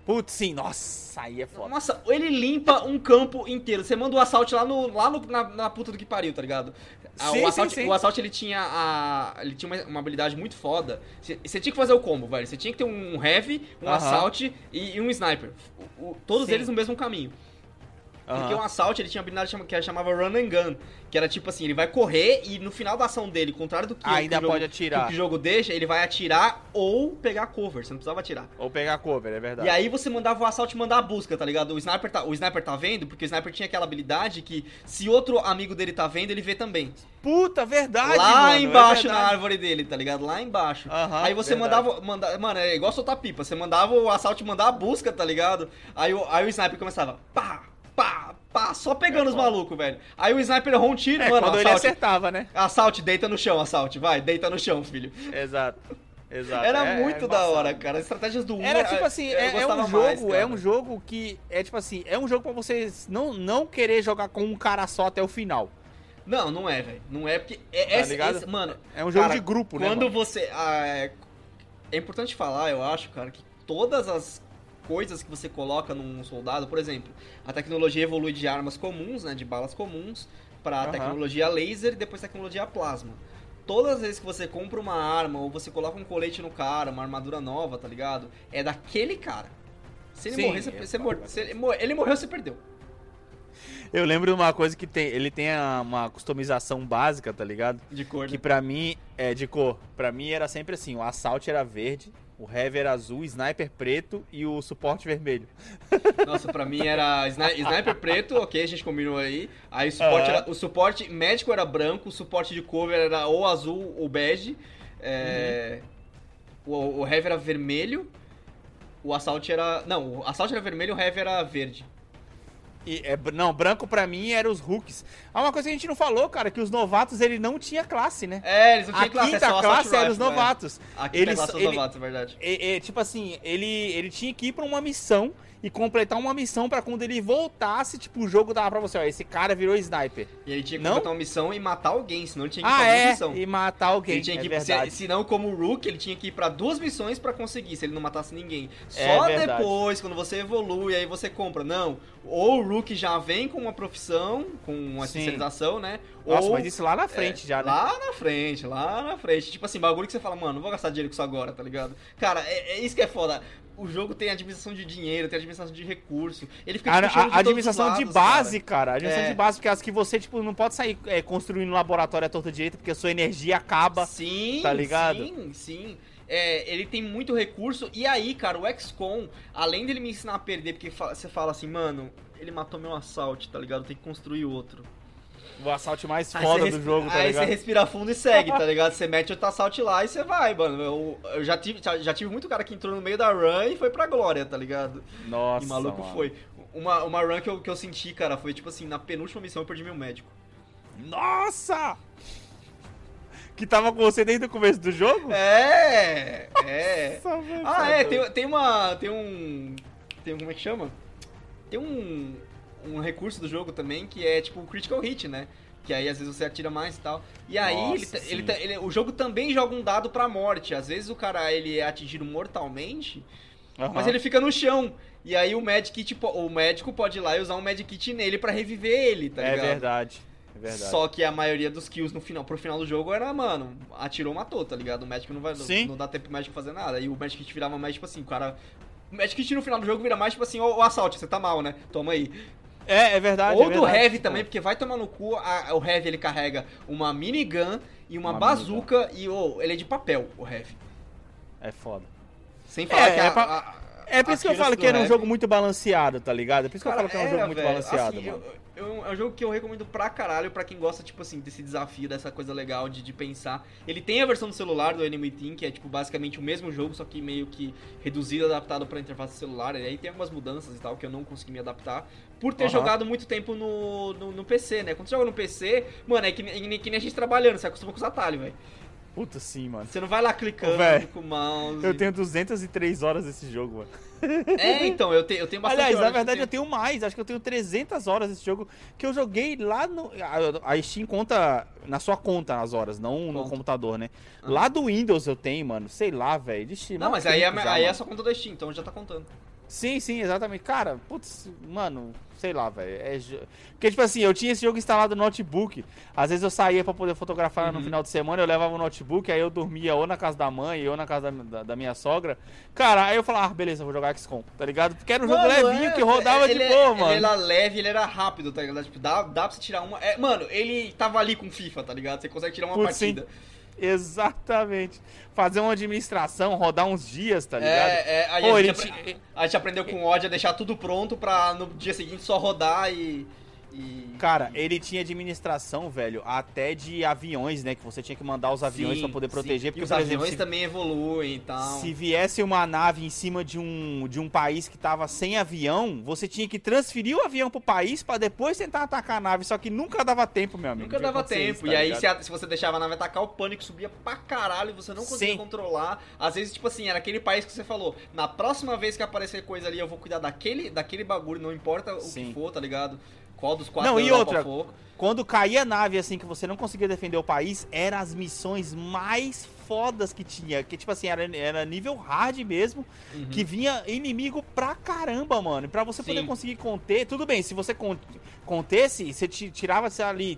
Putz, sim, nossa, aí é foda. Nossa, ele limpa um campo inteiro. Você manda o Assault na puta do que pariu, tá ligado? Sim. O Assault, ele tinha uma habilidade muito foda. Você tinha que fazer o combo, velho. Você tinha que ter um Heavy, um Assault e um Sniper. Todos eles no mesmo caminho. Porque o Assault, ele tinha uma habilidade que chamava Run and Gun. Que era tipo assim, ele vai correr e no final da ação dele, contrário do que ainda pode atirar. Que o jogo deixa, ele vai atirar ou pegar cover. Você não precisava atirar. Ou pegar cover, é verdade. E aí você mandava o Assault mandar a busca, tá ligado? O Sniper tá vendo, porque o Sniper tinha aquela habilidade que se outro amigo dele tá vendo, ele vê também. Puta, verdade, lá mano, embaixo na árvore dele, tá ligado? Lá embaixo. Aí você verdade. Mano, é igual soltar pipa. Você mandava o Assault mandar a busca, tá ligado? Aí o Sniper começava pá, só pegando os malucos, velho. Aí o Sniper errou um tiro, mano. Quando ele acertava, né? Assault, deita no chão, Assault. Vai, deita no chão, filho. Exato. Era muito da hora, cara. As estratégias do 1 era tipo assim, é um jogo que é tipo assim, é um jogo pra você não querer jogar com um cara só até o final. Não é, velho. Não é porque mano, é um jogo cara, de grupo, né? Quando você é importante falar, eu acho, cara, que todas as coisas que você coloca num soldado, por exemplo, a tecnologia evolui de armas comuns, né, de balas comuns, pra tecnologia laser e depois tecnologia plasma. Todas as vezes que você compra uma arma ou você coloca um colete no cara, uma armadura nova, tá ligado? É daquele cara. Se ele morrer, ele morreu, você perdeu. Eu lembro de uma coisa que ele tem uma customização básica, tá ligado? De cor, que né? pra mim, de cor. Pra mim era sempre assim, o Assault era verde, o Heavy era azul, o Sniper preto e o suporte vermelho. Nossa, pra mim era Sniper preto, ok, a gente combinou aí. Aí o suporte médico era branco, o suporte de cover era ou azul ou bege. O Heavy era vermelho, o Assault era... Não, o Assault era vermelho, o Heavy era verde. Não, branco pra mim era os hooks. Uma coisa que a gente não falou, cara, que os novatos, ele não tinha classe, né? Eles não tinham classe, quinta classe era os novatos. A quinta classe era os novatos, é verdade. Tipo assim, ele tinha que ir pra uma missão e completar uma missão pra quando ele voltasse, tipo, o jogo dava pra você, ó, esse cara virou sniper. E ele tinha que completar uma missão e matar alguém, senão ele tinha que ir pra uma missão. E matar alguém, ele tinha que senão, como o Rook, ele tinha que ir pra 2 missões pra conseguir, se ele não matasse ninguém. Só depois, quando você evolui, aí você compra. Não, ou o Rook já vem com uma profissão, com uma especialização, né? Nossa, mas isso lá na frente já, né? Lá na frente. Tipo assim, bagulho que você fala, mano, não vou gastar dinheiro com isso agora, tá ligado? Cara, é isso que é foda. O jogo tem administração de dinheiro, tem administração de recurso. Ele fica a administração lados, de base, cara. A administração de base, porque as que você, tipo, não pode sair construindo no laboratório à torta direita, porque a sua energia acaba. Sim, tá ligado? Sim. Ele tem muito recurso. E aí, cara, o XCOM, além dele me ensinar a perder, porque você fala assim, mano, ele matou meu Assault, tá ligado? Tem que construir outro. O Assault mais foda do jogo, tá ligado? Aí você respira fundo e segue, tá ligado? Você mete outro Assault lá e você vai, mano. Eu já tive muito cara que entrou no meio da run e foi pra glória, tá ligado? Nossa, e maluco mano. foi. Uma run que eu senti, cara, foi tipo assim, na penúltima missão eu perdi meu médico. Nossa! Que tava com você desde o começo do jogo? Nossa, tem um... como é que chama? Tem um recurso do jogo também que é tipo o Critical Hit, né? Que aí às vezes você atira mais e tal. E aí o jogo também joga um dado pra morte. Às vezes o cara ele é atingido mortalmente, mas ele fica no chão. E aí o médico pode ir lá e usar um Medkit nele pra reviver ele, tá ligado? É verdade. Só que a maioria dos kills pro final do jogo era, mano, atirou, matou, tá ligado? O médico não dá tempo pro médico fazer nada. E o Medkit virava mais tipo assim, o cara... O Medkit no final do jogo vira mais tipo assim, o Assault, você tá mal, né? Toma aí. É verdade. Ou do Heavy também, porque vai tomar no cu, o Heavy ele carrega uma minigun e uma bazuca e ele é de papel, o Heavy. É foda. Sem falar que é por isso que eu falo que era um jogo muito balanceado, tá ligado? É por isso que eu falo que é um jogo muito balanceado, assim, mano. É um jogo que eu recomendo pra caralho pra quem gosta, tipo assim, desse desafio, dessa coisa legal de pensar. Ele tem a versão do celular do Enemy Team, que é, tipo, basicamente o mesmo jogo, só que meio que reduzido, adaptado pra interface celular. E aí tem algumas mudanças e tal, que eu não consegui me adaptar, por ter jogado muito tempo no PC, né? Quando você joga no PC, mano, é que nem a gente trabalhando, você acostuma com os atalhos, velho. Puta, sim, mano. Você não vai lá clicando com o mouse. Eu tenho 203 horas desse jogo, mano. Então, eu tenho bastante. Aliás, na verdade eu tenho mais, acho que eu tenho 300 horas desse jogo, que eu joguei lá no... A Steam conta na sua conta as horas, não no computador, né? Lá do Windows eu tenho, mano, sei lá, velho. Não, mas aí é só conta da Steam, então já tá contando. Sim, exatamente. Cara, putz, mano, sei lá, velho. Porque, tipo assim, eu tinha esse jogo instalado no notebook. Às vezes eu saía pra poder fotografar no final de semana, eu levava o notebook, aí eu dormia ou na casa da mãe, ou na casa da minha sogra. Cara, aí eu falava, beleza, eu vou jogar XCOM, tá ligado? Porque era um jogo levinho que rodava de boa, mano. Ele era leve, ele era rápido, tá ligado? Tipo, dá pra você tirar uma... mano, ele tava ali com FIFA, tá ligado? Você consegue tirar uma partida. Sim. Exatamente. Fazer uma administração, rodar uns dias, tá ligado? A gente aprendeu com o Odd a deixar tudo pronto pra no dia seguinte só rodar e... Cara, ele tinha administração, velho, até de aviões, né? Que você tinha que mandar os aviões pra poder proteger. Porque, e os aviões também evoluem e tal. Se viesse uma nave em cima de um país que tava sem avião, você tinha que transferir o avião pro país pra depois tentar atacar a nave. Só que nunca dava tempo, meu amigo. Nunca dava tempo. Isso, tá, e aí, se você deixava a nave atacar, o pânico subia pra caralho e você não conseguia controlar. Às vezes, tipo assim, era aquele país que você falou, na próxima vez que aparecer coisa ali, eu vou cuidar daquele bagulho, não importa o que for, tá ligado? Qual dos quatro? Não, e outra, quando caía a nave assim que você não conseguia defender o país, eram as missões mais fodas que tinha. Que tipo assim, era nível hard mesmo, que vinha inimigo pra caramba, mano. E pra você poder conseguir conter, tudo bem, se você contesse, você tirava ali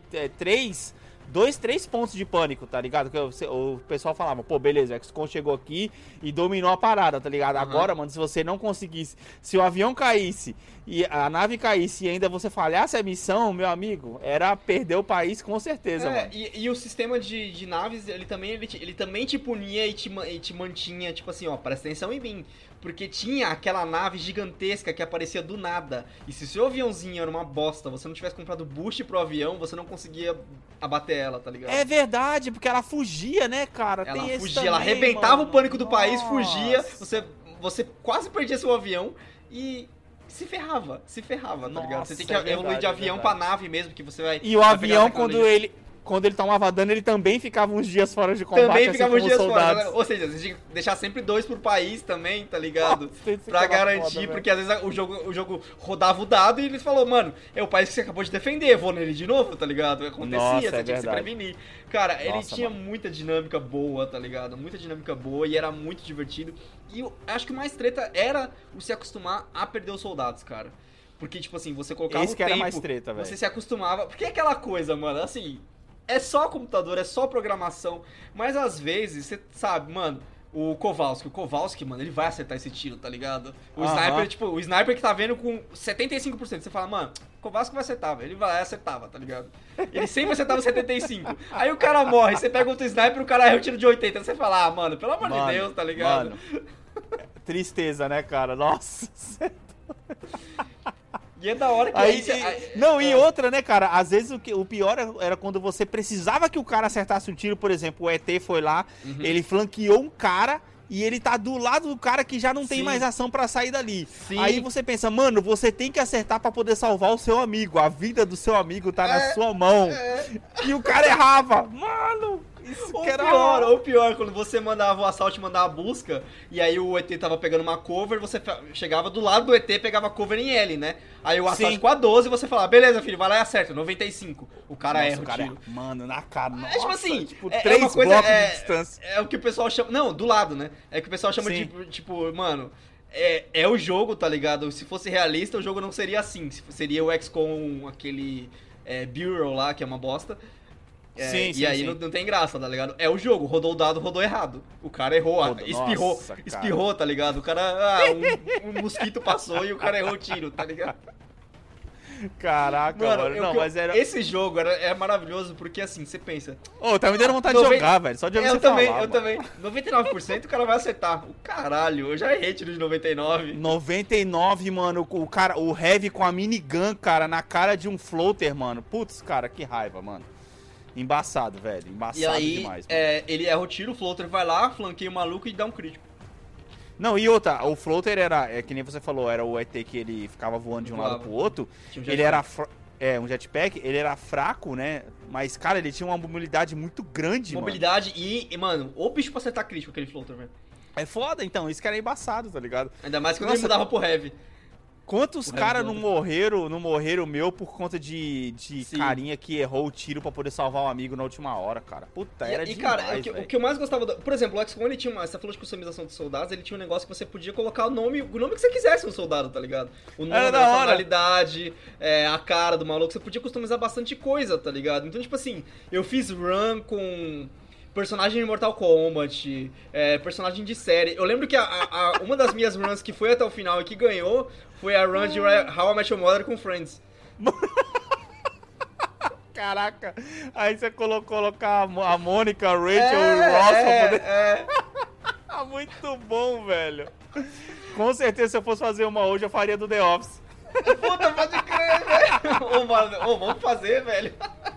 2, 3 pontos de pânico, tá ligado? Que o pessoal falava, pô, beleza, o XCOM chegou aqui e dominou a parada, tá ligado? Agora, mano, se você não conseguisse, se o avião caísse e a nave caísse e ainda você falhasse a missão, meu amigo, era perder o país com certeza, mano. E o sistema de naves, ele também te punia e te mantinha, tipo assim, ó, presta atenção em mim. Porque tinha aquela nave gigantesca que aparecia do nada. E se o seu aviãozinho era uma bosta, você não tivesse comprado boost pro avião, você não conseguia abater ela, tá ligado? É verdade, porque ela fugia, né, cara? Ela fugia, ela arrebentava o pânico do país, fugia, você quase perdia seu avião e... Se ferrava, tá ligado? Você tem que evoluir de avião pra nave mesmo, que você vai... E o avião, quando ele tomava dano, ele também ficava uns dias fora de combate. Também ficava uns dias fora. Ou seja, você tinha que deixar sempre 2 por país também, tá ligado? Pra garantir, foda, porque às vezes o jogo rodava o dado e eles falaram, mano, é o país que você acabou de defender, vou nele de novo, tá ligado? Acontecia, você tinha que se prevenir. Cara, ele tinha muita dinâmica boa, tá ligado? Muita dinâmica boa e era muito divertido. E eu acho que o mais treta era o se acostumar a perder os soldados, cara. Porque, tipo assim, você colocava esse que era mais treta, velho. Você se acostumava... Porque é aquela coisa, mano, assim... É só computador, é só programação. Mas às vezes, você sabe, mano, o Kowalski, mano, ele vai acertar esse tiro, tá ligado? O sniper, tipo, o sniper que tá vendo com 75%. Você fala, mano, o Kowalski vai acertar, velho. Ele vai acertava, tá ligado? Ele sempre acertava 75%. Aí o cara morre, você pega outro sniper, o cara erra o tiro de 80%. Você fala, mano, pelo amor de Deus, tá ligado? Mano, tristeza, né, cara? Nossa. E é da hora que... E outra, né, cara? Às vezes o pior era quando você precisava que o cara acertasse um tiro. Por exemplo, o ET foi lá, ele flanqueou um cara e ele tá do lado do cara que já não tem mais ação pra sair dali. Sim. Aí você pensa, mano, você tem que acertar pra poder salvar o seu amigo. A vida do seu amigo tá na sua mão. E o cara errava. Mano... Ou pior, quando você mandava o assalto e mandava a busca, e aí o ET tava pegando uma cover, você chegava do lado do ET, pegava cover em L, né? Aí o assalto com a 12, você falava, beleza, filho, vai lá e acerta, 95. O cara erra o tiro. Mano, na cara, nossa, tipo assim, três uma coisa, blocos de distância. É o que o pessoal chama... Não, do lado, né? É o que o pessoal chama de, tipo, mano... É o jogo, tá ligado? Se fosse realista, o jogo não seria assim. Seria o XCOM, aquele Bureau lá, que é uma bosta. E aí não tem graça, tá ligado? É o jogo, rodou o dado, rodou errado. O cara errou, espirrou, tá ligado? O cara, um mosquito passou e o cara errou o tiro, tá ligado? Caraca, mano. Mas era... Esse jogo é maravilhoso porque assim, você pensa... tá me dando vontade de jogar, velho. Só de ouvir você falar. Eu também. 99% o cara vai acertar. O caralho, eu já errei tiro de 99. 99, mano. O Heavy com a minigun, cara, na cara de um floater, mano. Putz, cara, que raiva, mano. Embaçado, velho. Embaçado demais. Ele erra o tiro, o floater vai lá, flanqueia o maluco e dá um crítico. Não, e outra, o floater era, que nem você falou, era o ET que ele ficava voando de um lado pro outro. Ele era um jetpack, ele era fraco, né? Mas, cara, ele tinha uma mobilidade muito grande, mobilidade e, mano, o bicho pra acertar crítico aquele floater, velho. É foda, então, isso que era embaçado, tá ligado? Ainda mais quando ele mudava pro heavy. Quantos caras não morreram meu por conta de carinha que errou o tiro pra poder salvar um amigo na última hora, cara. Puta, era demais, cara, o que eu mais gostava... Por exemplo, o XCOM, ele tinha você falou de customização dos soldados, ele tinha um negócio que você podia colocar o nome que você quisesse no soldado, tá ligado? O nome, a personalidade, a cara do maluco, você podia customizar bastante coisa, tá ligado? Então, tipo assim, eu fiz run com... personagem de Mortal Kombat, personagem de série. Eu lembro que uma das minhas runs que foi até o final e que ganhou foi a run de How I Met Your Mother com Friends. Caraca, aí você colocar a Mônica, a Rachel e o Ross pra poder... Muito bom, velho. Com certeza, se eu fosse fazer uma hoje, eu faria do The Office. Puta, pode crer, velho. Vamos fazer, velho.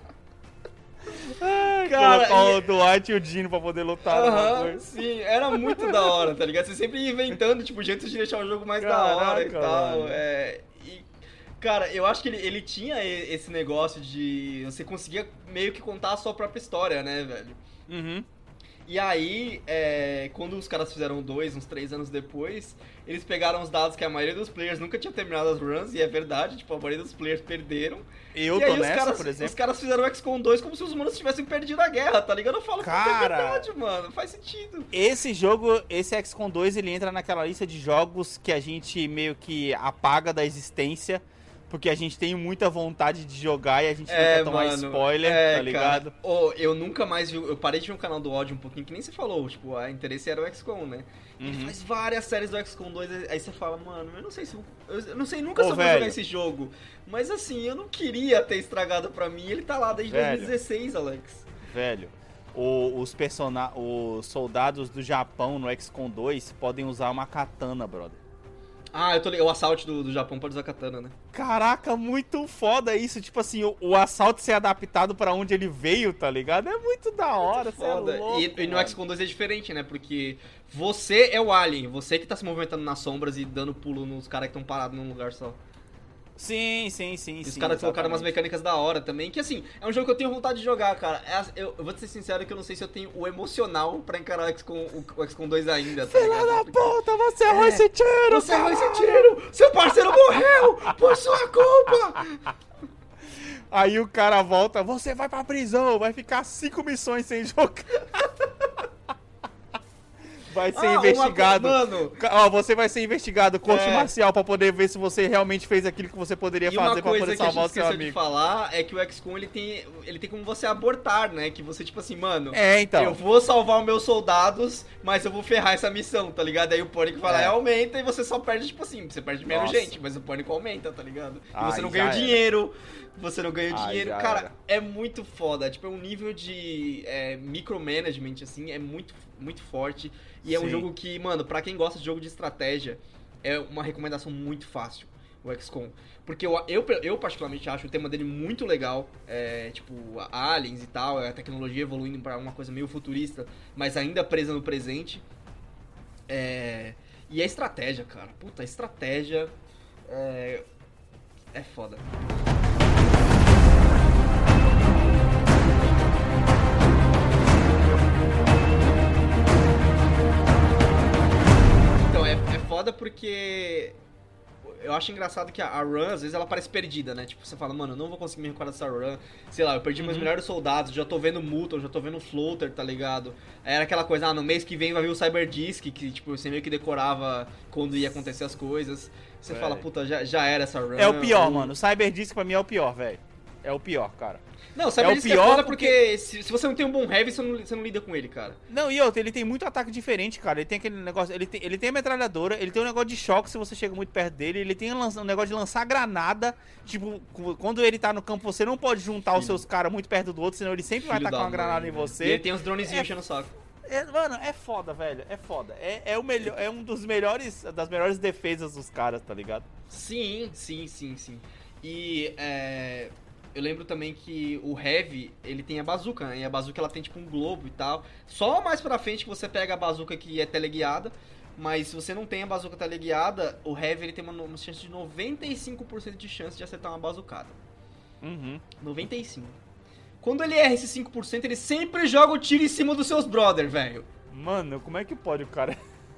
Cara, colocar o Dwight e o Dino pra poder lutar. Sim, era muito da hora, tá ligado? Você sempre ia inventando, tipo, jeitos de deixar o jogo mais da hora e tal. Cara, eu acho que ele tinha esse negócio de... Você conseguia meio que contar a sua própria história, né, velho? Uhum. E aí, quando os caras fizeram uns 3 anos depois, eles pegaram os dados que a maioria dos players nunca tinha terminado as runs, e é verdade, tipo, a maioria dos players perderam. Eu tô nessa, por exemplo. Os caras fizeram o XCOM 2 como se os humanos tivessem perdido a guerra, tá ligado? Eu falo, cara, é verdade, mano, faz sentido. Esse jogo, esse XCOM 2, ele entra naquela lista de jogos que a gente meio que apaga da existência, porque a gente tem muita vontade de jogar e a gente não quer tomar spoiler, tá ligado? Eu nunca mais vi... Eu parei de ver o canal do Odd um pouquinho, que nem você falou. Tipo, a interesse era o XCOM, né? Ele faz várias séries do XCOM 2, aí você fala, mano, eu não sei se... Eu não sei nunca se eu vou jogar esse jogo. Mas assim, eu não queria ter estragado pra mim. Ele tá lá desde 2016, Alex. Velho, os soldados do Japão no XCOM 2 podem usar uma katana, brother. Eu tô ligado. O assalto do Japão pode usar katana, né? Caraca, muito foda isso. Tipo assim, o assalto ser adaptado pra onde ele veio, tá ligado? É muito da hora, foda. É louco, e no XCOM 2 é diferente, né? Porque você é o alien. Você que tá se movimentando nas sombras e dando pulo nos caras que estão parados num lugar só. Sim. Os caras colocaram umas mecânicas da hora também, que assim, é um jogo que eu tenho vontade de jogar, cara. Eu vou te ser sincero que eu não sei se eu tenho o emocional pra encarar o XCOM 2 ainda, tá ligado? Filha da puta, você errou esse tiro! Você errou esse tiro! Seu parceiro morreu! Por sua culpa! Aí o cara volta, você vai pra prisão, vai ficar 5 missões sem jogar. Vai ser investigado. Você vai ser investigado, corte marcial, pra poder ver se você realmente fez aquilo que você poderia fazer pra poder salvar o seu amigo. E uma coisa que a gente esqueceu de falar é que o XCOM, ele tem como você abortar, né? Que você, tipo assim, mano, então. eu vou salvar os meus soldados, mas eu vou ferrar essa missão, tá ligado? Aí o pânico vai lá e aumenta e você só perde, tipo assim, você perde menos gente, mas o pânico aumenta, tá ligado? E você não ganha o dinheiro. Você não ganha o dinheiro. Cara, é muito foda. Tipo, é um nível de micromanagement, assim, é muito, muito forte. E é um jogo que, mano, pra quem gosta de jogo de estratégia, é uma recomendação muito fácil, o XCOM. Porque eu particularmente acho o tema dele muito legal. Tipo, aliens e tal, a tecnologia evoluindo pra uma coisa meio futurista, mas ainda presa no presente. E a estratégia, cara. Puta, a estratégia é foda. Foda porque eu acho engraçado que a run, às vezes, ela parece perdida, né? Tipo, você fala, mano, eu não vou conseguir me recordar dessa run. Sei lá, eu perdi meus melhores soldados, já tô vendo Muton, já tô vendo Floater, tá ligado? Era aquela coisa, no mês que vem vai vir o Cyberdisk, que, tipo, você meio que decorava quando ia acontecer as coisas. Você fala, puta, já era essa run. É o pior, mano. O Cyberdisk pra mim é o pior, velho. É o pior, cara. Não, o Cyberdisk é foda porque se você não tem um bom heavy, você não lida com ele, cara. Não, e outro, ele tem muito ataque diferente, cara. Ele tem aquele negócio, ele tem a metralhadora, ele tem um negócio de choque se você chega muito perto dele, ele tem um negócio de lançar granada, tipo, quando ele tá no campo, você não pode juntar os seus caras muito perto do outro, senão ele sempre vai tacar uma granada em você. E ele tem uns dronezinhos enchendo o saco. Mano, é foda, velho, é foda. É o melhor, é um das melhores defesas dos caras, tá ligado? Sim. E, eu lembro também que o Heavy, ele tem a bazuca, né? E a bazuca, ela tem tipo um globo e tal. Só mais pra frente que você pega a bazuca que é teleguiada. Mas se você não tem a bazuca teleguiada, o Heavy, ele tem uma chance de 95% de chance de acertar uma bazucada. 95%. Quando ele erra esse 5%, ele sempre joga o tiro em cima dos seus brother, velho. Mano, como é que pode o cara...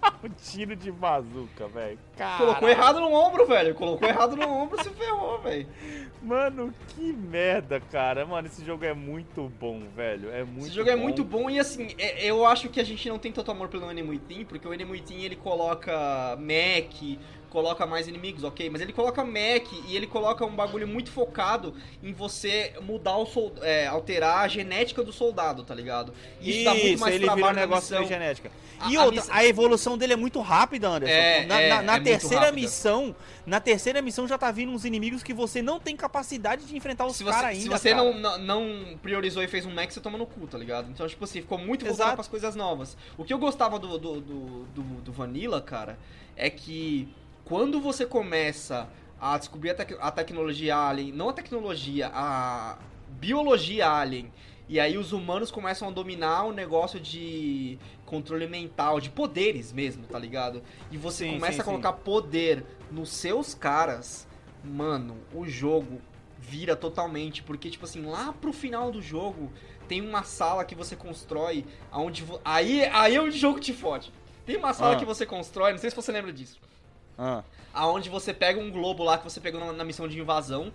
Um tiro de bazuca, velho. Colocou errado no ombro, velho. Colocou errado no ombro, se ferrou, velho. Mano, que merda, cara. Mano, esse jogo é muito bom, velho. É muito bom. Esse jogo é muito bom e, assim, eu acho que a gente não tem tanto amor pelo Enemy Team, porque o Enemy Team, ele coloca mech, coloca mais inimigos, ok? Mas ele coloca mech e ele coloca um bagulho muito focado em você mudar alterar a genética do soldado, tá ligado? E isso dá muito mais ele trabalho vira um negócio de genética. E a evolução dele é muito rápida, Anderson. Na terceira missão, já tá vindo uns inimigos que você não tem capacidade de enfrentar os caras ainda. Se você não priorizou e fez um mech, você toma no cu, tá ligado? Então, tipo assim, ficou muito voltado pras coisas novas. O que eu gostava do Vanilla, cara, é que quando você começa a descobrir a tecnologia alien, não a tecnologia, a biologia alien, e aí os humanos começam a dominar o negócio de controle mental, de poderes mesmo, tá ligado? E você começa a colocar poder nos seus caras, mano, o jogo vira totalmente, porque, tipo assim, lá pro final do jogo, tem uma sala que você constrói, onde aí é onde o jogo te fode. Tem uma sala que você constrói, não sei se você lembra disso, aonde você pega um globo lá que você pegou na missão de invasão,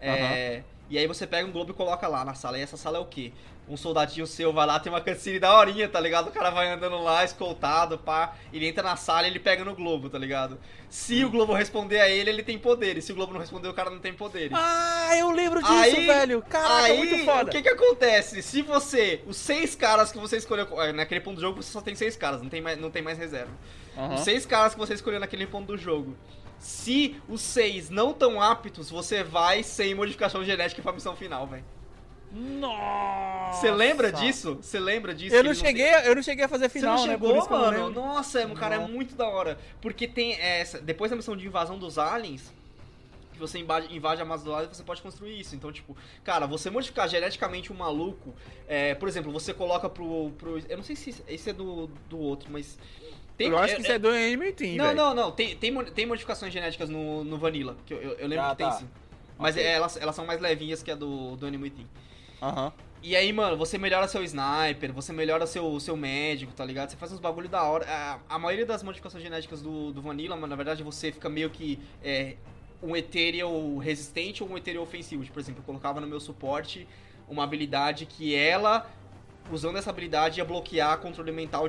e aí você pega um globo e coloca lá na sala. E essa sala é o quê? Um soldadinho seu vai lá, tem uma cutscene da horinha, tá ligado? O cara vai andando lá, escoltado, pá. Ele entra na sala e ele pega no globo, tá ligado? Se o globo responder a ele tem poder. E se o globo não responder, o cara não tem poder. Ah, eu lembro disso, velho. Caraca, muito foda. O que acontece? Se você... Os 6 caras que você escolheu... Naquele ponto do jogo, você só tem 6 caras. Não tem mais reserva. Os 6 caras que você escolheu naquele ponto do jogo... Se os 6 não estão aptos, você vai sem modificação genética pra missão final, velho. Nossa! Você lembra disso? Você lembra disso? Eu não cheguei a fazer final, você não chegou, né? Por isso mano? Nossa, cara, é muito da hora. Porque tem essa... Depois da missão de invasão dos aliens, que você invade a massa do lado, você pode construir isso. Então, tipo, cara, você modificar geneticamente um maluco... por exemplo, você coloca pro... Eu não sei se esse é do outro, mas... Eu acho que isso é do Enemy Team, velho. Não. Tem modificações genéticas no Vanilla, que eu lembro que tem sim. Mas elas são mais levinhas que a do Enemy Team. E aí, mano, você melhora seu sniper, você melhora seu médico, tá ligado? Você faz uns bagulho da hora. A maioria das modificações genéticas do Vanilla, mano, na verdade você fica meio que um Ethereal resistente ou um Ethereal ofensivo. Por exemplo, eu colocava no meu suporte uma habilidade que ela, usando essa habilidade, ia bloquear controle mental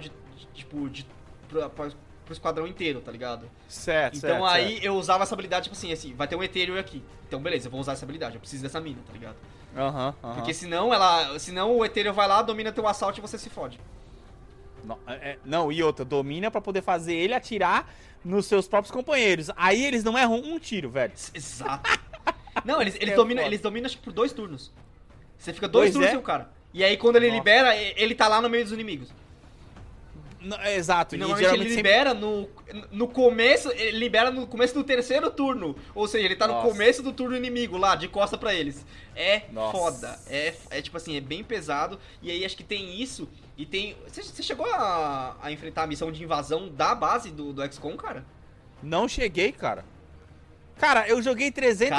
pro esquadrão inteiro, tá ligado? Certo. Então eu usava essa habilidade, tipo assim, vai ter um Ethereal aqui. Então beleza, eu vou usar essa habilidade, eu preciso dessa mina, tá ligado? Porque senão o Ethereal vai lá, domina teu assalto e você se fode. Não, e outra, domina pra poder fazer ele atirar nos seus próprios companheiros. Aí eles não erram um tiro, velho. Exato. Não, eles dominam acho que por 2 turnos. Você fica 2 turnos sem o cara. E aí quando ele libera, ele tá lá no meio dos inimigos. Exato. E normalmente ele libera no começo, ele libera no começo do 3º turno. Ou seja, ele tá no começo do turno inimigo lá, de costa pra eles. Foda. É tipo assim, é bem pesado. E aí acho que tem isso. E tem... Você chegou a enfrentar a missão de invasão da base do XCOM, cara? Não cheguei, cara. Cara, eu joguei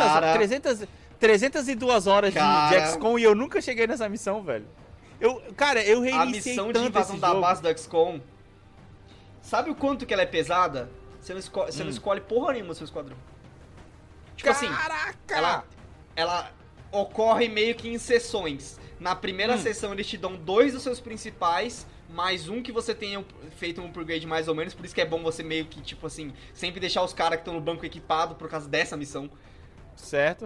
302 horas de XCOM e eu nunca cheguei nessa missão, velho. Eu reiniciei a missão de invasão da base do XCOM. Sabe o quanto que ela é pesada? Você não escolhe porra nenhuma no seu esquadrão. Tipo assim, ela ocorre meio que em sessões. Na primeira sessão eles te dão 2 dos seus principais, mais um que você tenha feito um upgrade mais ou menos. Por isso que é bom você meio que, tipo assim, sempre deixar os caras que estão no banco equipado por causa dessa missão. Certo.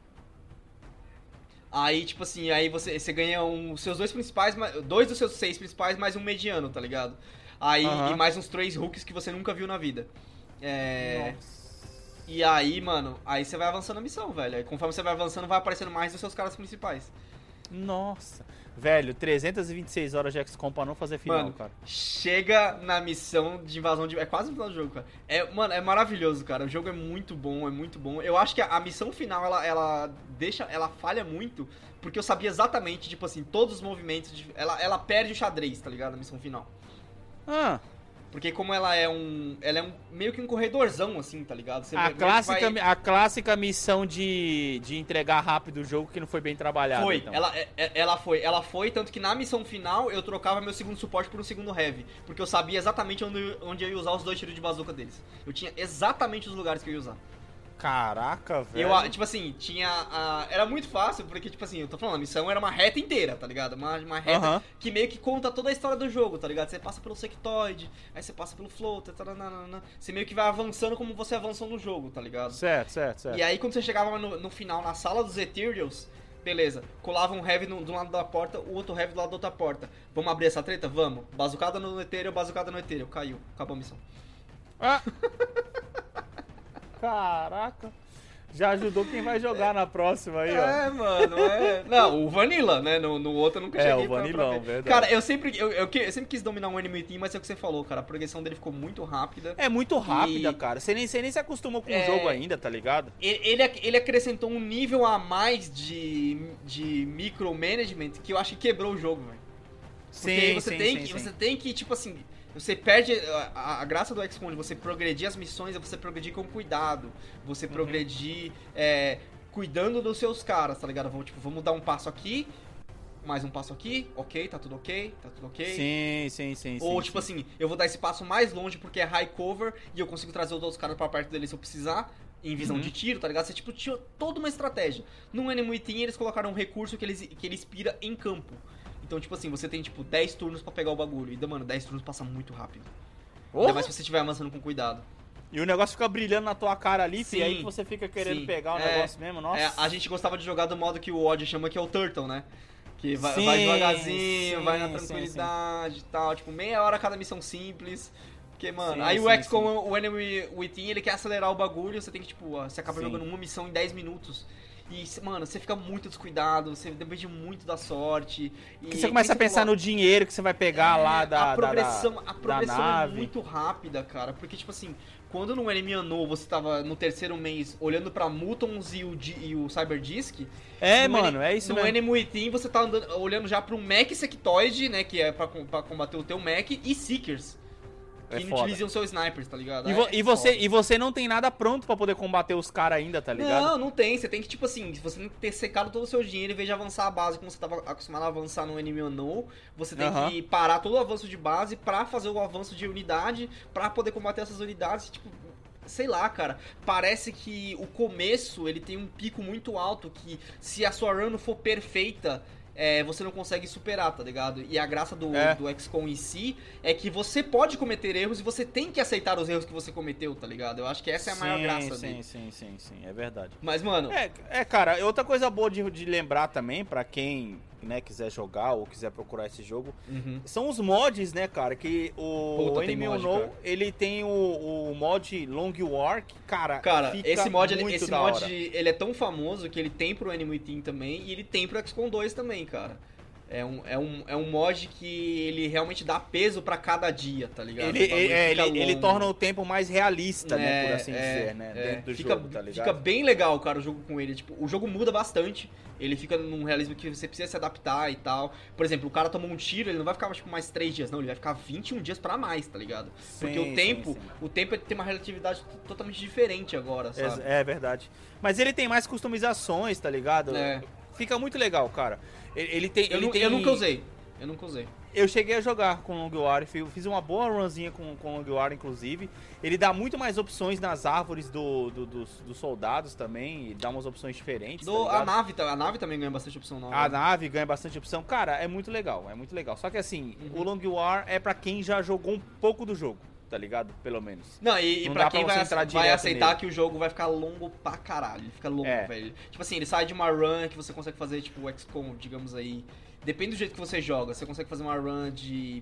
Aí, tipo assim, aí você ganha seus 2 principais, 2 dos seus 6 principais, mais um mediano, tá ligado? Aí, e mais uns 3 hooks que você nunca viu na vida. Nossa. E aí, mano, aí você vai avançando a missão, velho. Aí conforme você vai avançando, vai aparecendo mais dos seus caras principais. Nossa. Velho, 326 horas de XCOM pra não fazer final, mano, cara. Chega na missão de invasão de... É quase o final do jogo, cara. Mano, é maravilhoso, cara. O jogo é muito bom, é muito bom. Eu acho que a missão final, ela falha muito, porque eu sabia exatamente, tipo assim, todos os movimentos... Ela perde o xadrez, tá ligado? A missão final. Porque como ela é meio que um corredorzão, assim, tá ligado? Você A clássica missão de entregar rápido o jogo que não foi bem trabalhada. Foi, então. ela foi, tanto que na missão final eu trocava meu segundo suporte por um segundo heavy. Porque eu sabia exatamente onde eu ia usar os 2 tiros de bazuca deles. Eu tinha exatamente os lugares que eu ia usar. Caraca, velho. Tipo assim, era muito fácil, porque, tipo assim, eu tô falando, a missão era uma reta inteira, tá ligado? Uma reta que meio que conta toda a história do jogo, tá ligado? Você passa pelo sectoide, aí você passa pelo floater, você meio que vai avançando como você avançou no jogo, tá ligado? Certo. E aí, quando você chegava no final, na sala dos Ethereals, beleza, colava um heavy do lado da porta, o outro heavy do lado da outra porta. Vamos abrir essa treta? Vamos. Bazucada no Ethereal, caiu. Acabou a missão. Ah. Caraca, já ajudou quem vai jogar na próxima aí, ó. Mano, Não, o Vanilla, né? No outro eu nunca cheguei o Vanillão, verdade. Cara, eu sempre quis dominar um Enemy Team, mas é o que você falou, cara. A progressão dele ficou muito rápida. É muito rápida, cara. Você nem se acostumou com o jogo ainda, tá ligado? Ele acrescentou um nível a mais de micromanagement que eu acho que quebrou o jogo, velho. Porque você tem que, tipo assim... Você perde a graça do XCOM de você progredir as missões, é você progredir com cuidado. Você progredir cuidando dos seus caras, tá ligado? Vamos dar um passo aqui, mais um passo aqui, ok, tá tudo ok. Sim. Ou tipo assim, eu vou dar esse passo mais longe porque é high cover e eu consigo trazer os outros caras pra perto dele se eu precisar. Em visão de tiro, tá ligado? Você tipo tinha toda uma estratégia. No Enemy Team eles colocaram um recurso que ele expira em campo. Então, tipo assim, você tem, 10 turnos pra pegar o bagulho. E, mano, 10 turnos passa muito rápido. Ainda mais se você estiver avançando com cuidado. E o negócio fica brilhando na tua cara ali, e aí que você fica querendo pegar o negócio mesmo, nossa. A gente gostava de jogar do modo que o Odd chama, que é o Turtle, né? Que vai devagarzinho, vai na tranquilidade e tal. Tipo, meia hora cada missão simples. Porque, mano, o XCOM, o Enemy Within, ele quer acelerar o bagulho. Você tem que, você acaba jogando uma missão em 10 minutos. E, mano, você fica muito descuidado, você depende muito da sorte. E você começa a pensar no dinheiro que você vai pegar lá a progressão é muito rápida, cara. Porque, tipo assim, quando no Enemy Unknown você tava no 3º mês olhando pra Mutons e o Cyberdisk... é isso mesmo. No Enemy Within você tá olhando já pra um Mech Sectoid, né, que é pra combater o teu Mech, e Seekers. Que não utilizam seus snipers, tá ligado? E você não tem nada pronto pra poder combater os caras ainda, tá ligado? Não tem. Você tem que, tipo assim, você tem que ter secado todo o seu dinheiro em vez de avançar a base como você tava acostumado a avançar no Enemy Unknown. Você tem que parar todo o avanço de base pra fazer o avanço de unidade, pra poder combater essas unidades, tipo... Sei lá, cara, parece que o começo, ele tem um pico muito alto que se a sua run não for perfeita... você não consegue superar, tá ligado? E a graça do XCOM em si é que você pode cometer erros e você tem que aceitar os erros que você cometeu, tá ligado? Eu acho que essa é a maior graça dele. Sim, é verdade. Mas, mano... Cara, outra coisa boa de lembrar também, pra quem, né, quiser jogar ou quiser procurar esse jogo, são os mods, né, cara? Que o Enemy Unknown, ele tem o mod Long War, que, cara, fica esse mod, hora. Ele é tão famoso que ele tem pro Enemy Team também e ele tem pro XCOM 2 também, cara. É um mod que ele realmente dá peso pra cada dia, tá ligado? Ele torna o tempo mais realista, né, por assim dizer, né, dentro do jogo, tá ligado? Fica bem legal, cara, o jogo com ele. Tipo, o jogo muda bastante, ele fica num realismo que você precisa se adaptar e tal. Por exemplo, o cara tomou um tiro, ele não vai ficar, tipo, mais 3 dias, não, ele vai ficar 21 dias pra mais, tá ligado? Porque o tempo tem uma relatividade totalmente diferente agora, sabe? É verdade. Mas ele tem mais customizações, tá ligado? Fica muito legal, cara. Eu nunca usei. Eu cheguei a jogar com o Long War, fiz uma boa runzinha com o Long War, inclusive. Ele dá muito mais opções nas árvores dos soldados também, e dá umas opções diferentes. A nave também ganha bastante opção nova. A nave ganha bastante opção. Cara, é muito legal. Só que assim, o Long War é pra quem já jogou um pouco do jogo, tá ligado? Pelo menos. Não, e pra quem vai aceitar nele. Que o jogo vai ficar longo pra caralho. Ele fica longo, velho. Tipo assim, ele sai de uma run que você consegue fazer, tipo, o XCOM, digamos aí. Depende do jeito que você joga. Você consegue fazer uma run de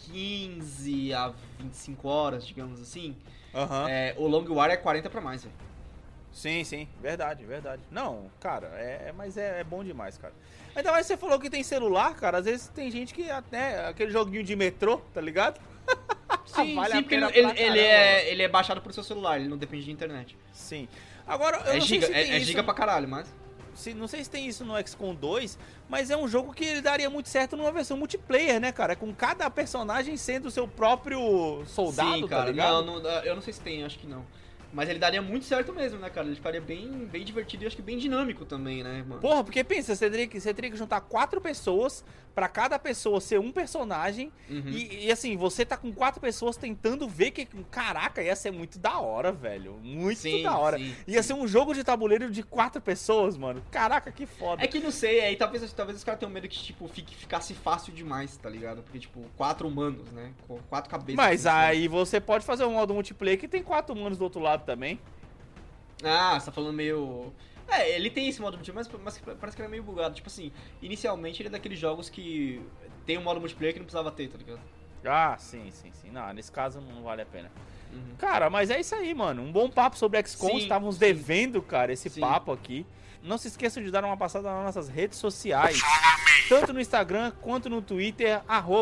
15 a 25 horas, digamos assim. O Long War é 40 pra mais, velho. Sim. Verdade. Não, cara, mas é bom demais, cara. Ainda mais você falou que tem celular, cara. Às vezes tem gente que até... Aquele joguinho de metrô, tá ligado? Sim, porque ele é baixado pro seu celular, ele não depende de internet. Sim. Agora, eu não sei se tem giga pra caralho, mas... não sei se tem isso no XCOM 2, mas é um jogo que ele daria muito certo numa versão multiplayer, né, cara? Com cada personagem sendo o seu próprio soldado, Sim, cara. tá ligado? Não, eu não sei se tem, acho que não. Mas ele daria muito certo mesmo, né, cara? Ele ficaria bem divertido e acho que bem dinâmico também, né, mano? Porra, porque pensa, você teria que juntar 4 pessoas pra cada pessoa ser um personagem. E assim, você tá com 4 pessoas tentando ver que... Caraca, ia ser muito da hora, velho. Muito da hora. Ia ser um jogo de tabuleiro de 4 pessoas, mano. Caraca, que foda. É que não sei, aí talvez os caras tenham medo que, tipo, ficasse fácil demais, tá ligado? Porque, tipo, 4 humanos, né? 4 cabeças. Mas aí você pode fazer um modo multiplayer que tem 4 humanos do outro lado também. Ah, você tá falando meio... ele tem esse modo multiplayer, mas parece que ele é meio bugado. Tipo assim, inicialmente ele é daqueles jogos que tem um modo multiplayer que não precisava ter, tá ligado? Ah, sim. Não, nesse caso não vale a pena. Cara, mas é isso aí, mano. Um bom papo sobre XCOM. Estávamos devendo, cara, esse papo aqui. Não se esqueçam de dar uma passada nas nossas redes sociais. Tanto no Instagram quanto no Twitter,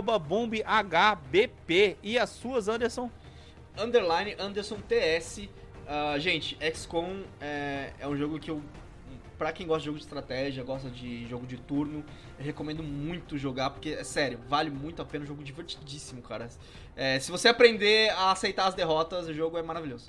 @bombhbp. E as suas, Anderson? _AndersonTS. Gente, XCOM é um jogo que pra quem gosta de jogo de estratégia, gosta de jogo de turno, eu recomendo muito jogar, porque, é sério, vale muito a pena, um jogo divertidíssimo, cara. Se você aprender a aceitar as derrotas, o jogo é maravilhoso.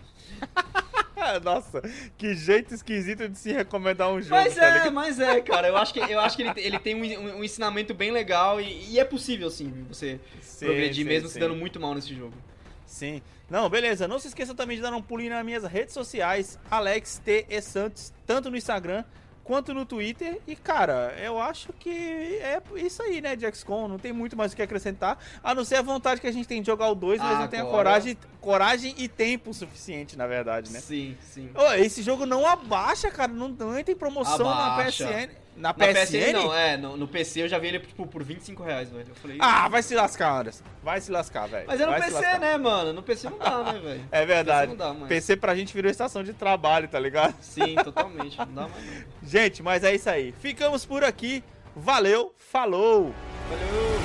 Nossa, que jeito esquisito de se recomendar um jogo. Mas cara, eu acho que ele tem um ensinamento bem legal e é possível, sim, você progredir mesmo se dando muito mal nesse jogo. Sim. Não, beleza. Não se esqueça também de dar um pulinho nas minhas redes sociais, Alex T. E. Santos, tanto no Instagram quanto no Twitter. E, cara, eu acho que é isso aí, né, de XCOM. Não tem muito mais o que acrescentar, a não ser a vontade que a gente tem de jogar o 2, mas não tem a coragem e tempo suficiente, na verdade, né? Sim. Esse jogo não abaixa, cara. Não tem promoção Abaixa. na PSN. Na PSN não, no PC eu já vi ele tipo, por R$25, velho. Eu falei, vai se lascar, Anderson. Vai se lascar, velho. Mas é no PC, né, mano? No PC não dá, né, velho? É verdade. No PC não dá, PC pra gente virou estação de trabalho, tá ligado? Sim, totalmente. Não dá mais não. Gente, mas é isso aí. Ficamos por aqui. Valeu, falou! Valeu!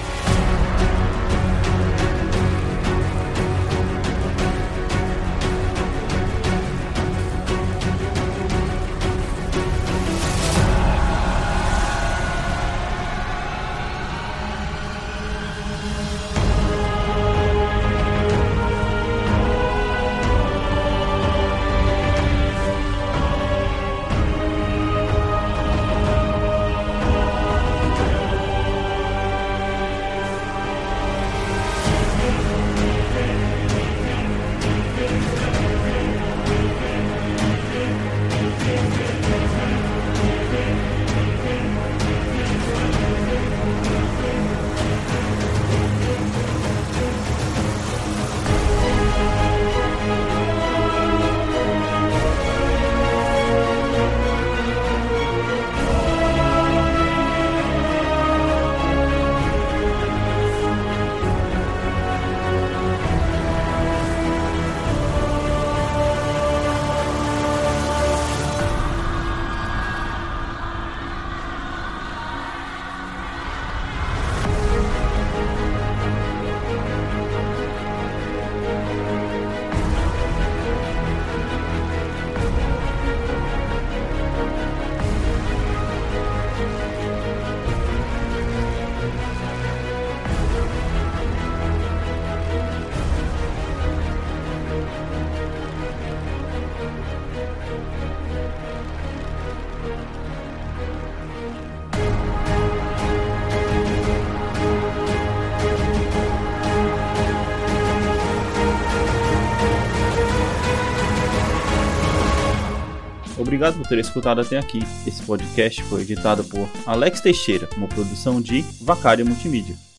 Obrigado por ter escutado até aqui. Esse podcast foi editado por Alex Teixeira, uma produção de Vacária Multimídia.